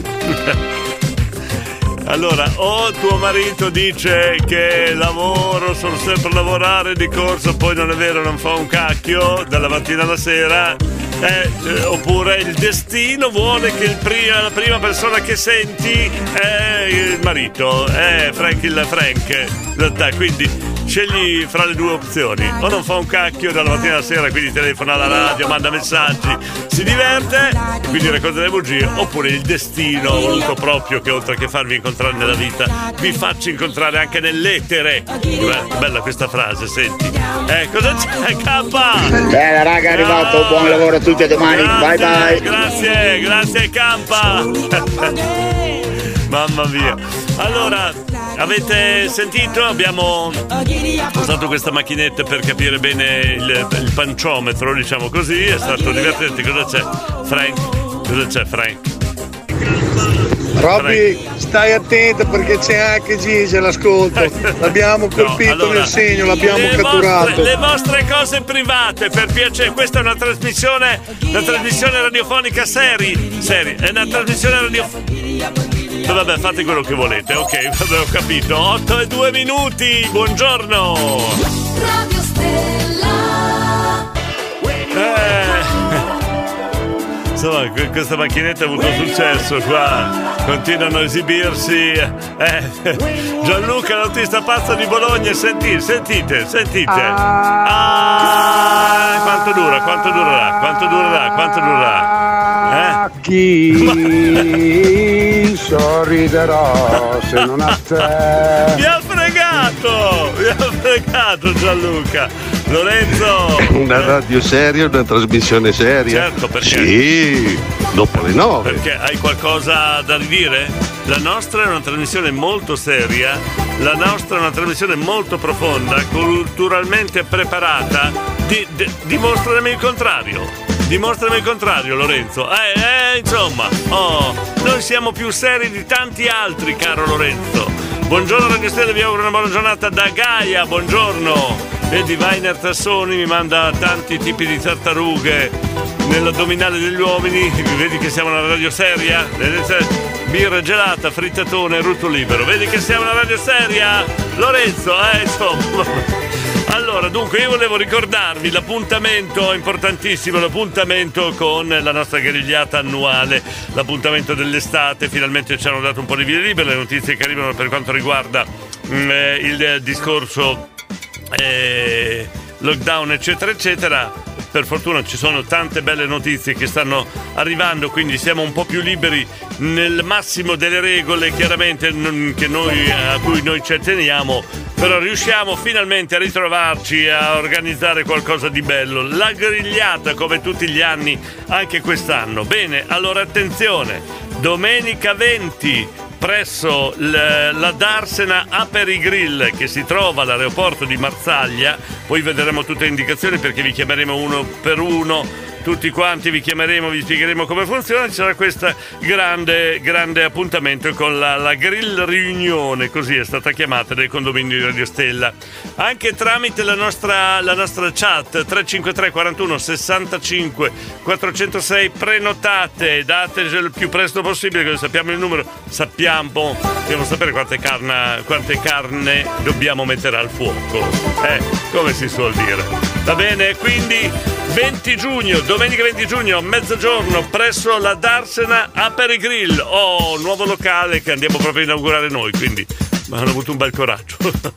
S2: Allora, o tuo marito dice che lavoro, sono sempre a lavorare di corso, poi non è vero, non fa un cacchio dalla mattina alla sera, oppure il destino vuole che la prima persona che senti è il marito, è Frank il Frank. Quindi scegli fra le due opzioni: o non fa un cacchio dalla mattina alla sera, quindi telefona alla radio, manda messaggi, si diverte, quindi racconta le bugie, oppure il destino ha voluto proprio che oltre che farvi incontrare nella vita vi faccio incontrare anche nell'etere. Bella questa frase, senti. Cosa c'è, Campa?
S5: Bella raga, è arrivato, buon lavoro a tutti, a domani, bye bye.
S2: Grazie Campa. Mamma mia. Allora, avete sentito? Abbiamo usato questa macchinetta per capire bene il panciometro, diciamo così. È stato divertente. Cosa c'è, Frank?
S10: Robby, stai attento perché c'è anche Gigi all'ascolto. L'abbiamo colpito nel segno, l'abbiamo catturato.
S2: Le vostre cose private, per piacere. Questa è una trasmissione radiofonica seria. È una trasmissione radiofonica. Vabbè, fate quello che volete, ok, vabbè, ho capito. 8:02, buongiorno. Radio Stella. Insomma, questa macchinetta ha avuto successo qua. Continuano a esibirsi. Gianluca, l'autista pazzo di Bologna, sentite. Quanto durerà?
S11: Chi sorriderà se non a te?
S2: Mi ha fregato Gianluca. Lorenzo,
S7: una radio seria, una trasmissione seria?
S2: Certo, perché?
S7: Sì, dopo le 9.
S2: Perché hai qualcosa da ridire? La nostra è una trasmissione molto seria, la nostra è una trasmissione molto profonda, culturalmente preparata. Dimostrami il contrario, Lorenzo. Insomma, noi siamo più seri di tanti altri, caro Lorenzo. Buongiorno Radio Stella, vi auguro una buona giornata da Gaia, buongiorno. Vedi, Vainer Tassoni mi manda tanti tipi di tartarughe nell'addominale degli uomini. Vedi che siamo una radio seria? Birra gelata, frittatone, rutto libero. Vedi che siamo una radio seria? Lorenzo, insomma. Allora, dunque, io volevo ricordarvi l'appuntamento importantissimo, l'appuntamento con la nostra grigliata annuale, l'appuntamento dell'estate. Finalmente ci hanno dato un po' di via libera, le notizie che arrivano per quanto riguarda il discorso lockdown eccetera. Per fortuna ci sono tante belle notizie che stanno arrivando, quindi siamo un po' più liberi nel massimo delle regole, chiaramente a cui noi ci atteniamo, però riusciamo finalmente a ritrovarci, a organizzare qualcosa di bello, la grigliata come tutti gli anni anche quest'anno. Bene, allora attenzione, domenica 20 presso la Darsena Aperigrill, che si trova all'aeroporto di Marsaglia. Poi vedremo tutte le indicazioni, perché vi chiameremo uno per uno, tutti quanti vi chiameremo, vi spiegheremo come funziona. Ci sarà questo grande appuntamento con la Grill Riunione, così è stata chiamata, del condominio di Radio Stella, anche tramite la nostra chat 353 41 65 406. Prenotate, date il più presto possibile, che sappiamo il numero, dobbiamo sapere quante carne dobbiamo mettere al fuoco, come si suol dire. Va bene, quindi 20 giugno, domenica 20 giugno a mezzogiorno presso la Darsena Aperigrill, nuovo locale che andiamo proprio a inaugurare noi, quindi hanno avuto un bel coraggio.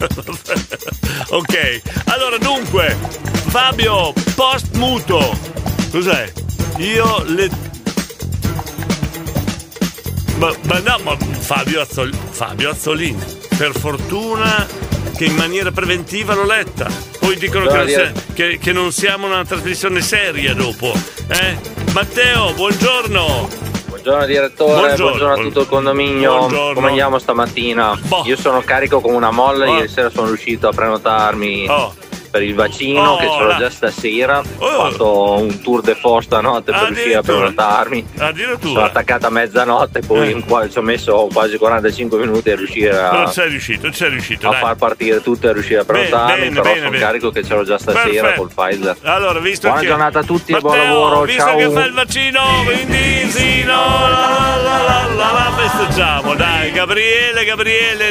S2: Ok, allora dunque Fabio, post muto, cos'è? ma Fabio Azzolini, per fortuna che in maniera preventiva l'ho letta. Poi dicono che non siamo una trasmissione seria dopo. Matteo, buongiorno.
S8: Buongiorno direttore, buongiorno a tutto il condominio.
S2: Buongiorno.
S8: Come andiamo stamattina? Io sono carico come una molla, ieri sera sono riuscito a prenotarmi per il vaccino che ce l'ho già stasera. Ho fatto un tour de force stanotte per riuscire a prenotarmi.
S2: Addirittura.
S8: Sono attaccata a mezzanotte, poi ci ho messo quasi 45 minuti a riuscire a far partire tutto e a riuscire a prenotarmi, però sono carico che ce l'ho già stasera col Pfizer.
S2: Allora, visto
S8: buona giornata a tutti, Matteo, buon lavoro,
S2: visto
S8: ciao.
S2: che fa il vaccino, quindi sì, la festeggiamo, dai. Gabriele,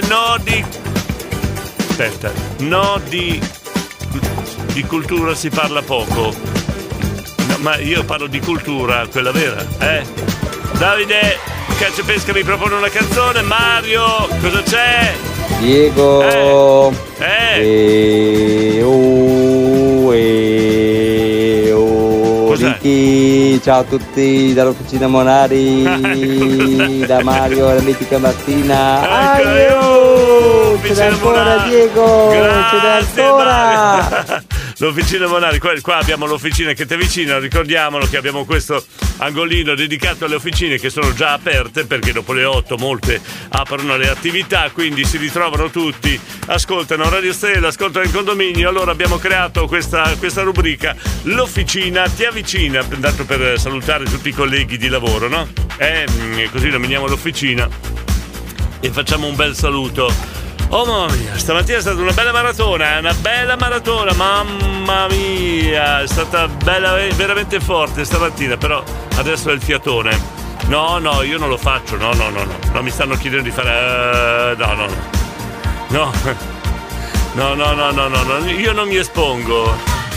S2: di cultura si parla poco. No, ma io parlo di cultura, quella vera, Davide, Caccia Pesca mi propone una canzone. Mario, cosa c'è?
S8: Diego. Ricky, ciao a tutti dall'Officina Monari, da Mario e la mitica Martina. Ce n'è ancora Diego, ce n'è ancora.
S2: L'Officina Monari, qua abbiamo l'officina che ti è vicina, ricordiamolo che abbiamo questo angolino dedicato alle officine che sono già aperte perché dopo le 8 molte aprono le attività, quindi si ritrovano tutti, ascoltano Radio Stella, ascoltano il condominio. Allora abbiamo creato questa rubrica, l'Officina ti avvicina, tanto per salutare tutti i colleghi di lavoro, no? Così nominiamo l'Officina e facciamo un bel saluto. Oh mamma mia, stamattina è stata una bella maratona, mamma mia, è stata bella, veramente forte stamattina, però adesso è il fiatone. No, io non lo faccio, no, mi stanno chiedendo di fare, no, io non mi espongo.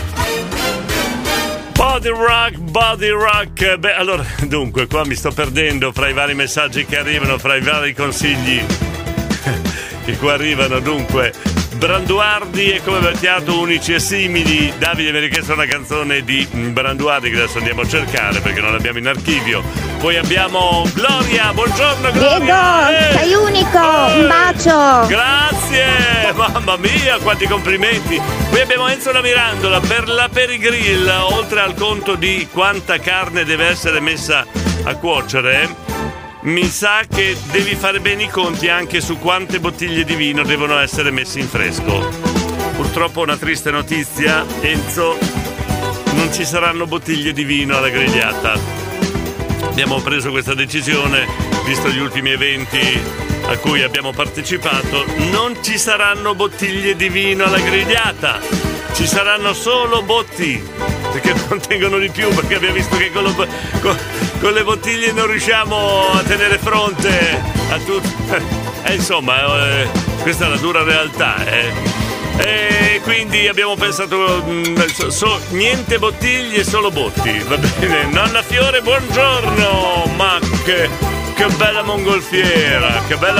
S2: Body rock, beh, allora, dunque, qua mi sto perdendo fra i vari messaggi che arrivano, fra i vari consigli che qua arrivano. Dunque, Branduardi e come battiato unici e simili. Davide mi ha richiesto una canzone di Branduardi che adesso andiamo a cercare perché non l'abbiamo in archivio. Poi abbiamo Gloria, buongiorno Gloria.
S21: Diego, sei unico, un bacio.
S2: Grazie, mamma mia, quanti complimenti. Poi abbiamo Enzo La Mirandola per la Perigrill, oltre al conto di quanta carne deve essere messa a cuocere. Mi sa che devi fare bene i conti anche su quante bottiglie di vino devono essere messe in fresco. Purtroppo una triste notizia, Enzo, non ci saranno bottiglie di vino alla grigliata. Abbiamo preso questa decisione, visto gli ultimi eventi a cui abbiamo partecipato, non ci saranno bottiglie di vino alla grigliata, ci saranno solo botti, perché non tengono di più, perché abbiamo visto che con le bottiglie non riusciamo a tenere fronte a tutto. Insomma, questa è la dura realtà, E quindi abbiamo pensato niente bottiglie, solo botti, va bene? Nonna Fiore, buongiorno, ma che bella mongolfiera,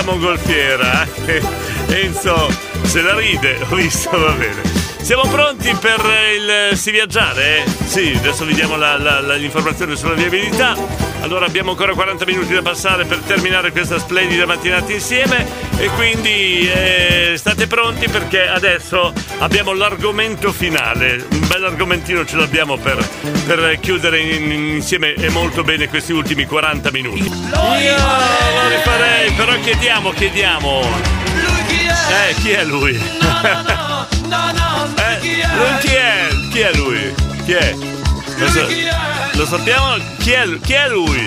S2: Enzo se la ride, ho visto, va bene. Siamo pronti per il Si Viaggiare? Sì, adesso vediamo l'informazione sulla viabilità. Allora abbiamo ancora 40 minuti da passare per terminare questa splendida mattinata insieme e quindi state pronti perché adesso abbiamo l'argomento finale. Un bel argomentino ce l'abbiamo per chiudere insieme e molto bene questi ultimi 40 minuti. Io lo rifarei, però chiediamo. Chi è lui? Chi è lui? Chi è? Lo sappiamo? Chi è lui?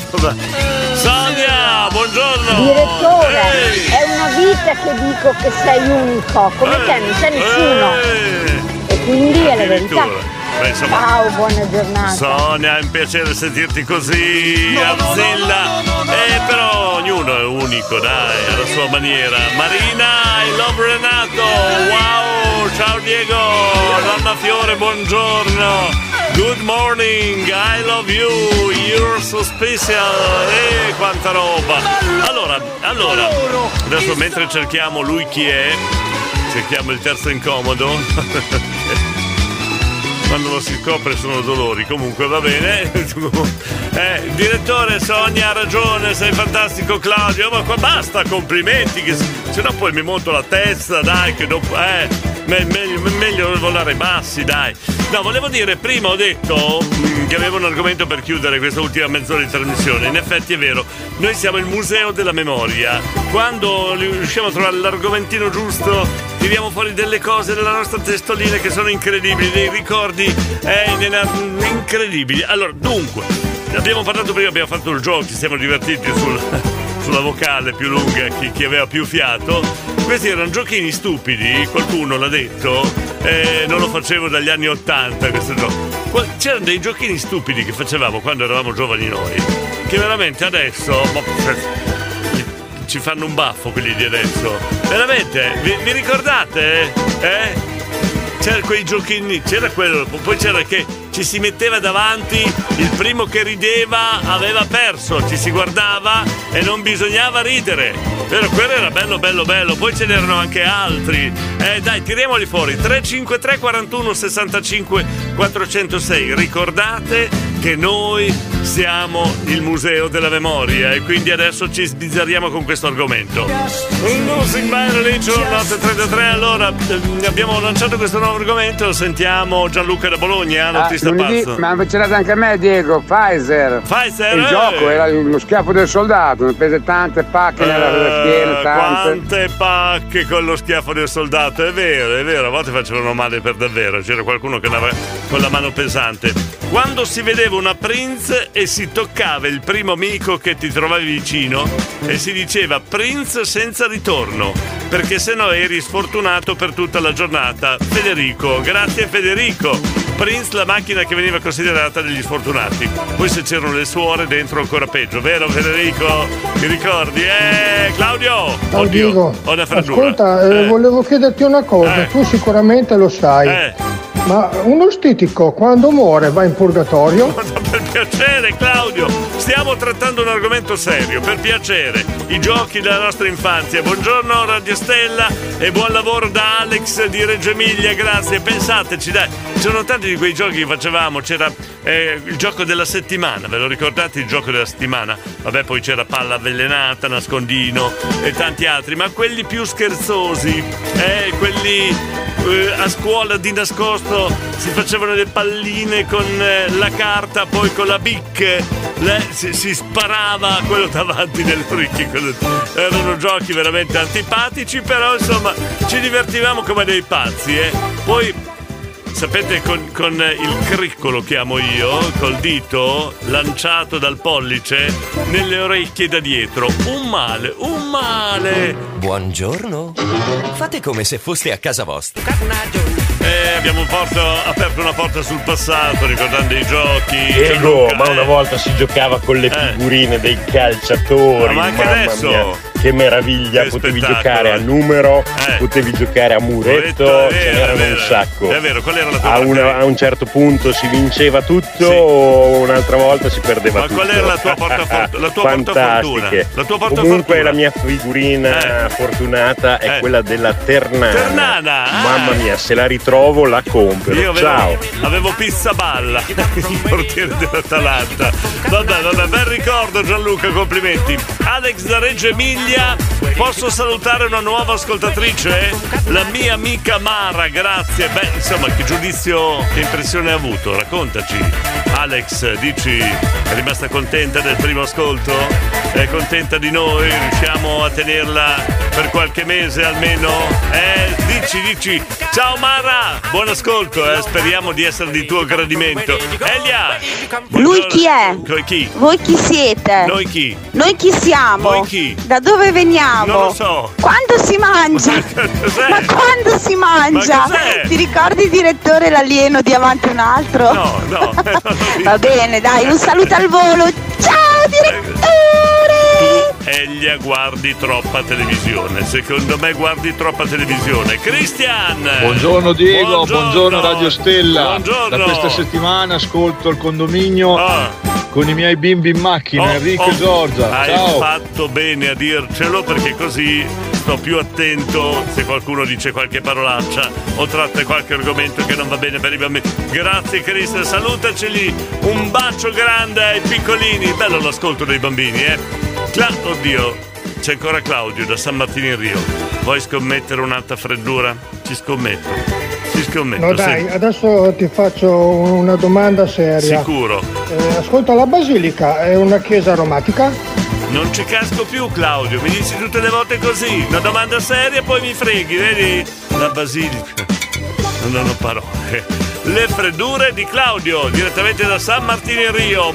S2: Sonia, buongiorno!
S21: Direttore, è una vita che dico che sei unico, come te non sei nessuno. E quindi è la verità.
S2: Beh, insomma,
S21: ciao, buona giornata.
S2: Sonia, è un piacere sentirti così, Azzella. Però ognuno è unico, dai, alla sua maniera. Marina, I love Renato. Wow, ciao Diego. Donna Fiore, buongiorno. Good morning, I love you, you're so special. Quanta roba. Allora, adesso mentre cerchiamo lui chi è, cerchiamo il terzo incomodo. Quando non si scopre sono dolori. Comunque va bene. Direttore Sonia ha ragione, sei fantastico Claudio, ma qua basta complimenti, che se no poi mi monto la testa, dai, che dopo meglio volare bassi, dai. No, volevo dire, prima ho detto che avevo un argomento per chiudere questa ultima mezz'ora di trasmissione. In effetti è vero, noi siamo il museo della memoria. Quando riusciamo a trovare l'argomentino giusto, tiriamo fuori delle cose della nostra testolina che sono incredibili, dei ricordi incredibili. Allora, dunque, abbiamo parlato prima, abbiamo fatto il gioco, ci siamo divertiti sulla vocale più lunga, chi aveva più fiato. Questi erano giochini stupidi, qualcuno l'ha detto, non lo facevo dagli anni 80 questo gioco. C'erano dei giochini stupidi che facevamo quando eravamo giovani noi, che veramente adesso ci fanno un baffo quelli di adesso. Veramente, vi ricordate? C'erano quei giochini, c'era quello, poi c'era che ci si metteva davanti, il primo che rideva aveva perso, ci si guardava e non bisognava ridere. Vero, quello era bello, poi ce n'erano anche altri. Dai, tiriamoli fuori. 353 41 65 406. Ricordate che noi siamo il museo della memoria e quindi adesso ci sbizzarriamo con questo argomento. Losing My Religion, notte 33. Allora, abbiamo lanciato questo nuovo argomento, sentiamo Gianluca da Bologna, notista pazzo.
S12: Ma c'era anche a me, Diego, Pfizer. Il gioco era lo schiaffo del soldato, ne prese tante pacche nella schiena,
S2: quante pacche con lo schiaffo del soldato, è vero, a volte facevano male per davvero, c'era qualcuno che andava con la mano pesante. Quando si vedeva una Prince e si toccava il primo amico che ti trovavi vicino e si diceva Prince senza ritorno, perché sennò eri sfortunato per tutta la giornata. Federico, grazie Federico. Prince, la macchina che veniva considerata degli sfortunati. Poi se c'erano le suore dentro ancora peggio, vero Federico? Ti ricordi? Claudio!
S16: Ciao Diego,
S2: ho una freddura.
S16: Ascolta, volevo chiederti una cosa, tu sicuramente lo sai. Ma uno stitico quando muore va in purgatorio?
S2: Per piacere Claudio, stiamo trattando un argomento serio, per piacere. I giochi della nostra infanzia. Buongiorno Radio Stella e buon lavoro da Alex di Reggio Emilia, grazie. Pensateci, dai, c'erano tanti di quei giochi che facevamo. C'era il gioco della settimana, ve lo ricordate il gioco della settimana? Vabbè, poi c'era palla avvelenata, nascondino e tanti altri, ma quelli più scherzosi, quelli a scuola di nascosto si facevano le palline con la carta, poi con la bic si sparava quello davanti nel orecchio. Erano giochi veramente antipatici, però insomma ci divertivamo come dei pazzi. Poi sapete, con il criccolo chiamo io, col dito lanciato dal pollice nelle orecchie da dietro. Un male.
S14: Buongiorno. Fate come se foste a casa vostra.
S2: Abbiamo aperto una porta sul passato, ricordando i giochi.
S20: Diego, ma una volta si giocava con le figurine dei calciatori.
S2: Ma anche adesso.
S20: Mia. Che meraviglia,
S2: che
S20: potevi
S2: spettacolo.
S20: Giocare a numero, potevi giocare a muretto, ce n'erano un sacco.
S2: È vero, qual era la tua
S20: a un certo punto si vinceva tutto, o un'altra volta si perdeva tutto.
S2: Ma qual era la tua portafortuna? La tua
S20: Comunque la mia figurina fortunata è quella della Ternana. Mamma mia, se la ritrovo la compro.
S2: Io
S20: Ciao.
S2: Avevo Pizzaballa, il portiere dell'Atalanta. Vabbè, bel ricordo Gianluca, complimenti. Alex da Reggio Emilia. Posso salutare una nuova ascoltatrice? La mia amica Mara, grazie. Beh, insomma, che giudizio, che impressione ha avuto? Raccontaci. Alex, dici, è rimasta contenta del primo ascolto? È contenta di noi? Riusciamo a tenerla per qualche mese almeno? Dici. Ciao Mara, buon ascolto, speriamo di essere di tuo gradimento. Elia!
S18: Lui chi è?
S2: Chi?
S18: Voi chi siete?
S2: Noi chi?
S18: Noi chi siamo?
S2: Voi chi?
S18: Da dove veniamo?
S2: Non lo so.
S18: Quando si mangia? Ma quando si mangia?
S2: Ma cos'è?
S18: Ti ricordi il direttore l'alieno di Avanti un altro?
S2: No.
S18: Va bene, dai, un saluto al volo. Ciao direttore!
S2: Tu, Elia, guardi troppa televisione. Secondo me guardi troppa televisione. Cristian!
S22: Buongiorno Diego, buongiorno Radio Stella.
S2: Buongiorno.
S22: Da questa settimana ascolto il condominio
S4: con i miei bimbi in macchina, Enrico e Giorgia.
S2: Hai
S4: Ciao.
S2: fatto bene a dircelo, perché così sto più attento se qualcuno dice qualche parolaccia o tratta qualche argomento che non va bene per i bambini. Grazie Cristian, salutaceli, un bacio grande ai piccolini. Bello l'ascolto dei bambini, oddio, c'è ancora Claudio da San Martino in Rio. Vuoi scommettere un'altra freddura? Ci scommetto.
S16: No dai, adesso ti faccio una domanda seria.
S2: Sicuro?
S16: Ascolta, la Basilica è una chiesa aromatica?
S2: Non ci casco più, Claudio, mi dici tutte le volte così. Una domanda seria e poi mi freghi, vedi? La Basilica. Non ho parole. Le freddure di Claudio, direttamente da San Martino in Rio.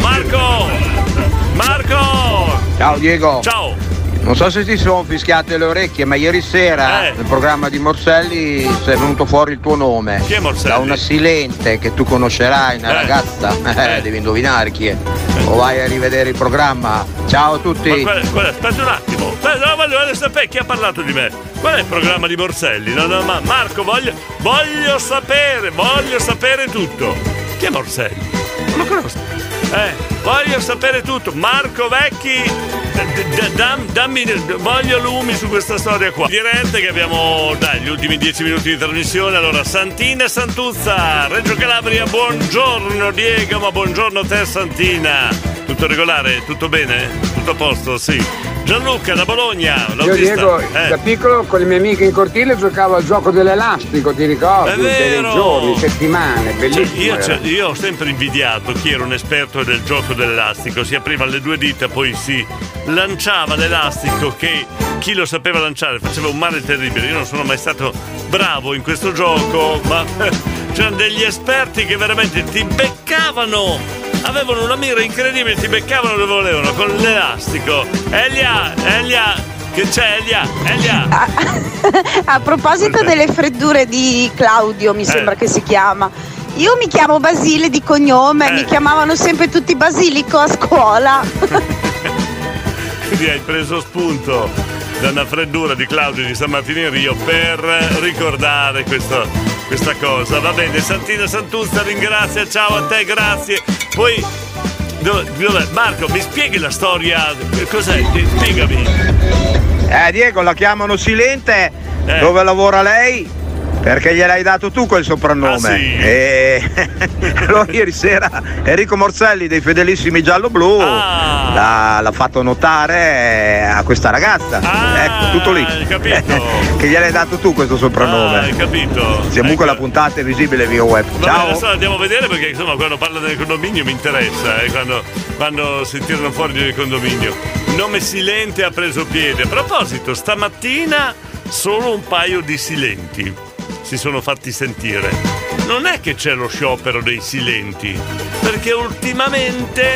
S2: Marco!
S6: Ciao Diego.
S2: Ciao.
S6: Non so se ti sono fischiate le orecchie, ma ieri sera nel programma di Morselli si è venuto fuori il tuo nome.
S2: Chi è Morselli?
S6: Da una silente che tu conoscerai, una ragazza. Devi indovinare chi è. O vai a rivedere il programma. Ciao a tutti.
S2: Aspetta un attimo. No, voglio sapere chi ha parlato di me. Qual è il programma di Morselli? Ma Marco, voglio sapere tutto. Chi è Morselli? Non lo conosco. Voglio sapere tutto. Marco Vecchi. Dammi, voglio lumi su questa storia qua. Dirette che abbiamo, gli ultimi 10 minuti di trasmissione. Allora, Santina e Santuzza, Reggio Calabria, buongiorno Diego, ma buongiorno a te Santina. Tutto regolare? Tutto bene? Tutto a posto? Sì. Gianluca da Bologna,
S12: Io Diego, da piccolo con le mie amiche in cortile giocavo al gioco dell'elastico, ti ricordi?
S2: È vero.
S12: Dei giorni, settimane, bellissimo.
S2: Io ho sempre invidiato chi era un esperto del gioco dell'elastico. Si apriva le due dita, poi si lanciava l'elastico, che chi lo sapeva lanciare faceva un male terribile. Io non sono mai stato bravo in questo gioco, ma c'erano degli esperti che veramente ti beccavano. Avevano una mira incredibile, ti beccavano dove volevano con l'elastico. Elia, che c'è Elia?
S18: A proposito delle freddure di Claudio, mi sembra che si chiama. Io mi chiamo Basile di cognome, mi chiamavano sempre tutti Basilico a scuola.
S2: Quindi hai preso spunto da una freddura di Claudio di San Martino in Rio per ricordare questa cosa. Va bene, Santina Santuzza ringrazia, ciao a te, grazie. Poi Marco, mi spieghi la storia? Cos'è? Spiegami.
S6: Diego, la chiamano Silente. Dove lavora lei? Perché gliel'hai dato tu quel soprannome. E allora ieri sera Enrico Morselli dei Fedelissimi Giallo-Blu l'ha fatto notare a questa ragazza. Ecco, tutto lì.
S2: Capito.
S6: Che gliel'hai dato tu questo soprannome.
S2: Hai capito.
S6: Comunque la puntata è visibile via web. Ciao.
S2: Adesso andiamo a vedere, perché insomma quando parla del condominio mi interessa, quando si tirano fuori del condominio. Nome Silente ha preso piede. A proposito, stamattina solo un paio di silenti si sono fatti sentire. Non è che c'è lo sciopero dei silenti, perché ultimamente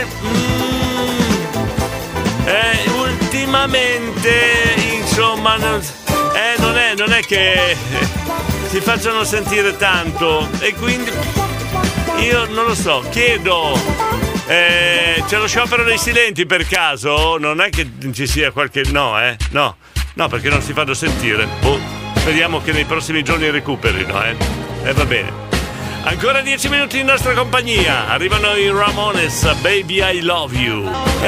S2: insomma non è che si facciano sentire tanto, e quindi io non lo so, chiedo, c'è lo sciopero dei silenti per caso? Non è che ci sia qualche no, perché non si fanno sentire. Speriamo che nei prossimi giorni recuperino, va bene. Ancora 10 minuti in nostra compagnia. Arrivano i Ramones, Baby I Love You.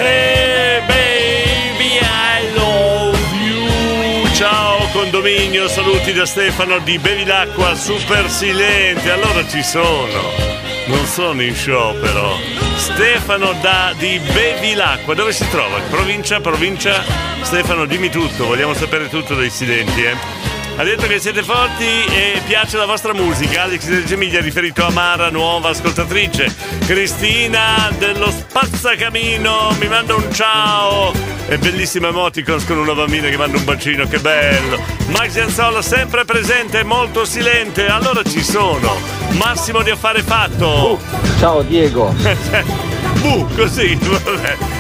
S2: Baby I Love You. Ciao condominio, saluti da Stefano di Bevilacqua, super silente. Allora ci sono, non sono in sciopero. Stefano di Bevilacqua, dove si trova? Provincia? Stefano, dimmi tutto, vogliamo sapere tutto dei silenti, Ha detto che siete forti e piace la vostra musica. Alex del Gemiglia ha riferito a Mara, nuova ascoltatrice. Cristina dello Spazzacamino mi manda un ciao. E bellissima emoticons con una bambina che manda un bacino, che bello. Max Anzola sempre presente, molto silente. Allora ci sono. Massimo di Affare Fatto.
S6: Ciao Diego.
S2: Così, vabbè.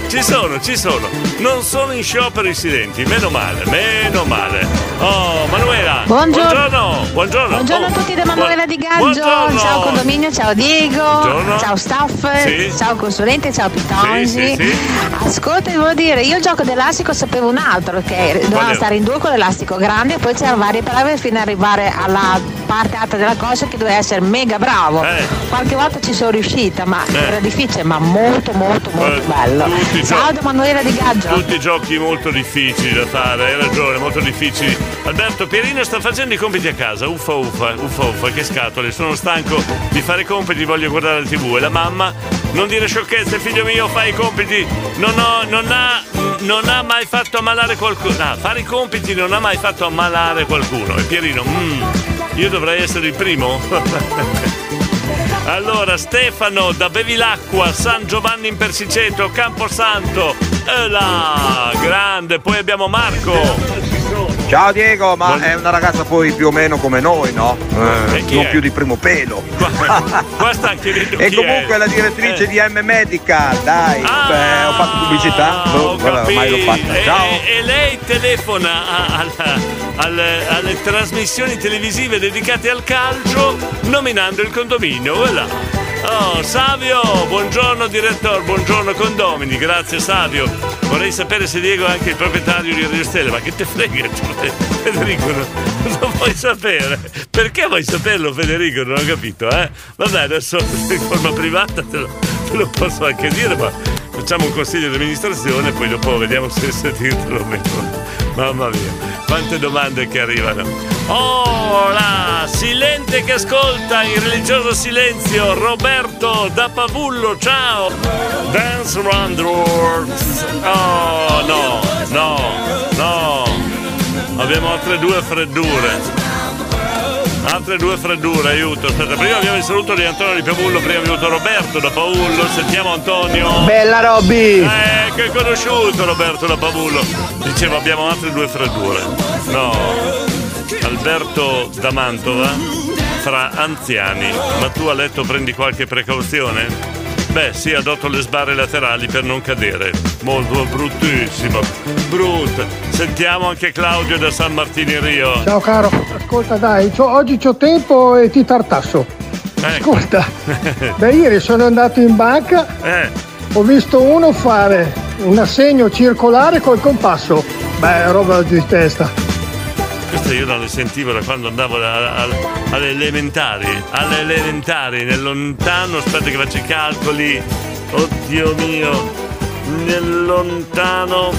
S2: Ci sono. Non sono in sciopero i silenti, meno male. Oh, Manuela. Buongiorno.
S3: Buongiorno a tutti da Manuela di Gaggio.
S2: Buongiorno.
S3: Ciao condominio, ciao Diego.
S2: Buongiorno.
S3: Ciao staff.
S2: Sì.
S3: Ciao consulente, ciao Pitongi.
S2: Sì.
S3: Ascolta, devo dire, io il gioco dell'elastico sapevo un altro, che doveva stare in due con l'elastico grande e poi c'erano varie prove fino ad arrivare alla parte alta della cosa, che doveva essere mega bravo. Qualche volta ci sono riuscita, ma era difficile, ma molto bello. Ciao da Manuela di Gaggio.
S2: Tutti giochi molto difficili da fare, hai ragione, molto difficili. Alberto Pierino sta facendo i compiti a casa. Uffa, che scatole. Sono stanco di fare i compiti, voglio guardare la TV. E la mamma: non dire sciocchezze, figlio mio, fai i compiti. Non ha mai fatto ammalare qualcuno. Fare i compiti non ha mai fatto ammalare qualcuno. E Pierino: io dovrei essere il primo? Allora, Stefano da Bevilacqua, San Giovanni in Persiceto, Camposanto, grande. Poi abbiamo Marco.
S6: Ciao Diego, ma è una ragazza poi più o meno come noi, no? Non più di primo pelo.
S2: Qua sta anche
S6: e comunque è la direttrice di M Medical, dai. Ho fatto pubblicità, ormai l'ho fatta. Ciao.
S2: E lei telefona alle trasmissioni televisive dedicate al calcio nominando il condominio. Voilà. Oh, Savio, buongiorno direttore, buongiorno condomini, grazie Savio. Vorrei sapere se Diego è anche il proprietario di Radio Stella, ma che te frega, Federico, cosa vuoi sapere? Perché vuoi saperlo, Federico? Non ho capito, Vabbè, adesso in forma privata te lo posso anche dire, ma facciamo un consiglio di amministrazione e poi dopo vediamo se dirtelo o meno. Mamma mia, quante domande che arrivano. Oh, la Silente che ascolta in religioso silenzio, Roberto da Pavullo, ciao. Dance around the world. Oh, no. Abbiamo altre due freddure, aiuto. Aspetta, prima abbiamo il saluto di Antonio di Pavullo, prima abbiamo avuto Roberto da Pavullo, sentiamo Antonio.
S28: Bella Robby!
S2: Che è conosciuto Roberto da Pavullo. Dicevo, abbiamo altre due freddure. No. Alberto da Mantova, fra anziani. Ma tu a letto prendi qualche precauzione? Beh, sì, adotto le sbarre laterali per non cadere. Molto bruttissima, brutta. Sentiamo anche Claudio da San Martino in Rio.
S16: Ciao caro, ascolta dai, oggi c'ho tempo e ti tartasso. Ascolta, ieri sono andato in banca, ho visto uno fare un assegno circolare col compasso. Roba di testa.
S2: Queste io non le sentivo da quando andavo alle elementari, nel lontano, aspetta che faccio i calcoli, oddio mio, nel lontano,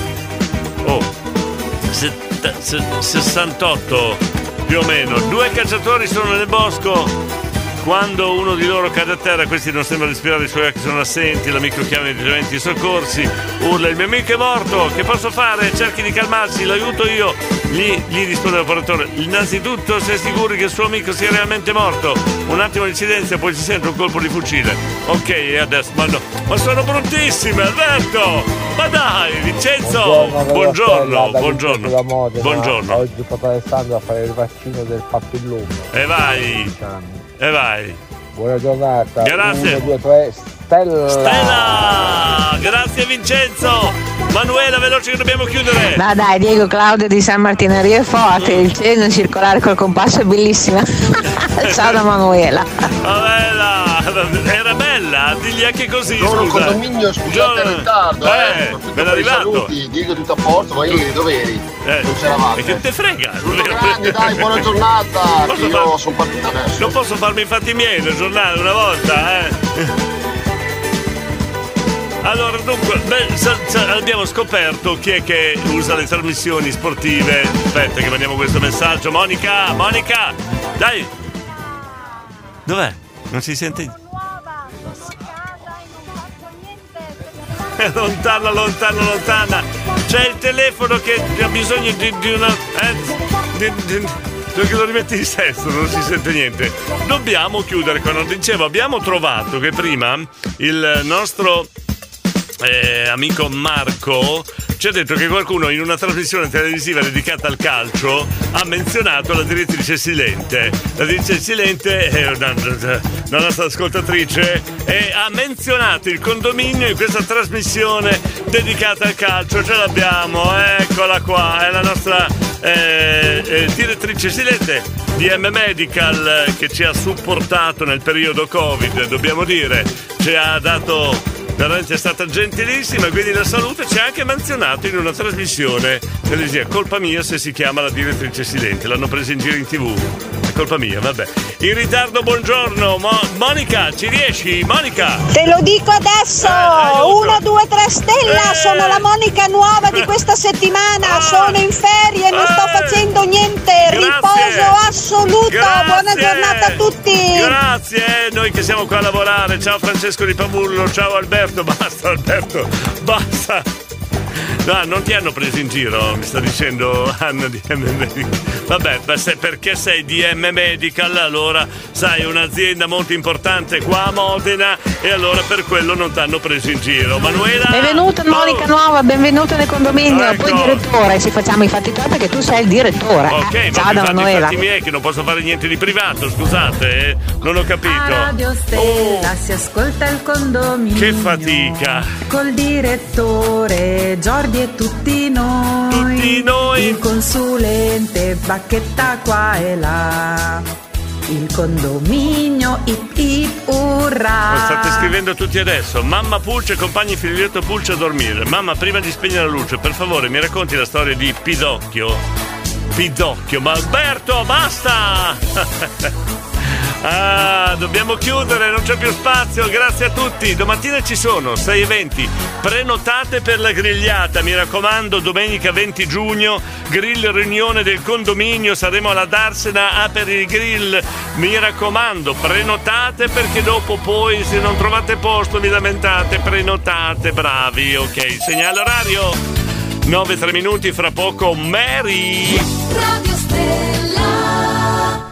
S2: 68 più o meno. Due cacciatori sono nel bosco. Quando uno di loro cade a terra, questi non sembrano respirare, i suoi occhi sono assenti, l'amico chiama immediatamente i soccorsi, urla: il mio amico è morto, che posso fare? Cerchi di calmarsi, lo aiuto io. Gli risponde l'operatore: innanzitutto sei sicuri che il suo amico sia realmente morto? Un attimo di silenzio, poi si sente un colpo di fucile. Ok, e adesso, ma sono bruttissime, Alberto! Ma dai, Vincenzo! Buongiorno.
S15: Oggi papà Alessandro a fare il vaccino del papilloma.
S2: E vai.
S15: Buona giornata.
S2: Grazie.
S15: 1, 2, 3,
S2: Stella! Grazie Vincenzo! Manuela, veloce che dobbiamo chiudere!
S3: Ma dai, Diego, Claudio di San Martino Rio è forte, il cielo circolare col compasso è bellissima. Ciao da Manuela.
S2: Era bella, digli anche così.
S19: Loro condominio, scusate il ritardo,
S2: ben arrivato.
S19: Saluti, Diego tutto a posto, voi dove eri? Non c'eravate.
S2: E che te frega?
S19: Grande, dai, buona giornata, che io sono partito adesso.
S2: Non posso farmi i fatti miei nel giornale una volta, Allora, dunque, abbiamo scoperto chi è che usa le trasmissioni sportive. Aspetta che mandiamo questo messaggio. Monica, dai. Dov'è? Non si sente. Lontana. C'è il telefono che ha bisogno di una. Perché lo rimetti in sesto, non si sente niente. Dobbiamo chiudere con. Dicevo, abbiamo trovato che prima il nostro amico Marco ci ha detto che qualcuno in una trasmissione televisiva dedicata al calcio ha menzionato la direttrice Silente. La direttrice Silente è una nostra ascoltatrice e ha menzionato il condominio in questa trasmissione dedicata al calcio. Ce l'abbiamo, eccola qua, è la nostra direttrice Silente di M-Medical, che ci ha supportato nel periodo Covid, dobbiamo dire, ci ha dato, veramente è stata gentilissima, quindi la saluto. Ci ha anche menzionato in una trasmissione televisiva. Colpa mia se si chiama la direttrice Silente, l'hanno presa in giro in TV, è colpa mia, vabbè. In ritardo, buongiorno. Monica, ci riesci? Monica,
S18: te lo dico adesso. 1, 2, 3 stella. Sono la Monica nuova di questa settimana. Sono in ferie, non sto facendo niente. Riposo assoluto. Buona giornata a tutti.
S2: Grazie, noi che siamo qua a lavorare. Ciao Francesco di Pavullo, ciao Alberto. Basta Alberto, basta. No, non ti hanno preso in giro, mi sta dicendo Anna di M-Medical. Vabbè, perché sei di M-Medical, allora sai, un'azienda molto importante qua a Modena, e allora per quello non ti hanno preso in giro. Manuela,
S3: benvenuta Monica nuova, benvenuta nel condominio, ecco. Poi direttore, ci facciamo i fatti tuoi perché tu sei il direttore.
S2: Ok,
S3: ciao da Manuela.
S2: I fatti miei che non posso fare niente di privato, scusate, non ho capito.
S1: A Radio Stella si ascolta il condominio.
S2: Che fatica.
S1: Col direttore Giordi e tutti noi, il consulente Bacchetta qua e là, il condominio ip ip urrà.
S2: Lo state scrivendo tutti adesso. Mamma Pulce, compagni figlietto Pulce a dormire. Mamma, prima di spegnere la luce, per favore mi racconti la storia di Pidocchio, ma Alberto, basta. Dobbiamo chiudere, non c'è più spazio. Grazie a tutti. Domattina ci sono 6 eventi. Prenotate per la grigliata, mi raccomando. Domenica 20 giugno, grill riunione del condominio. Saremo alla Darsena per il grill. Mi raccomando, prenotate, perché dopo poi se non trovate posto vi lamentate. Prenotate, bravi. Ok, segnale orario 9-3 minuti, fra poco Mary.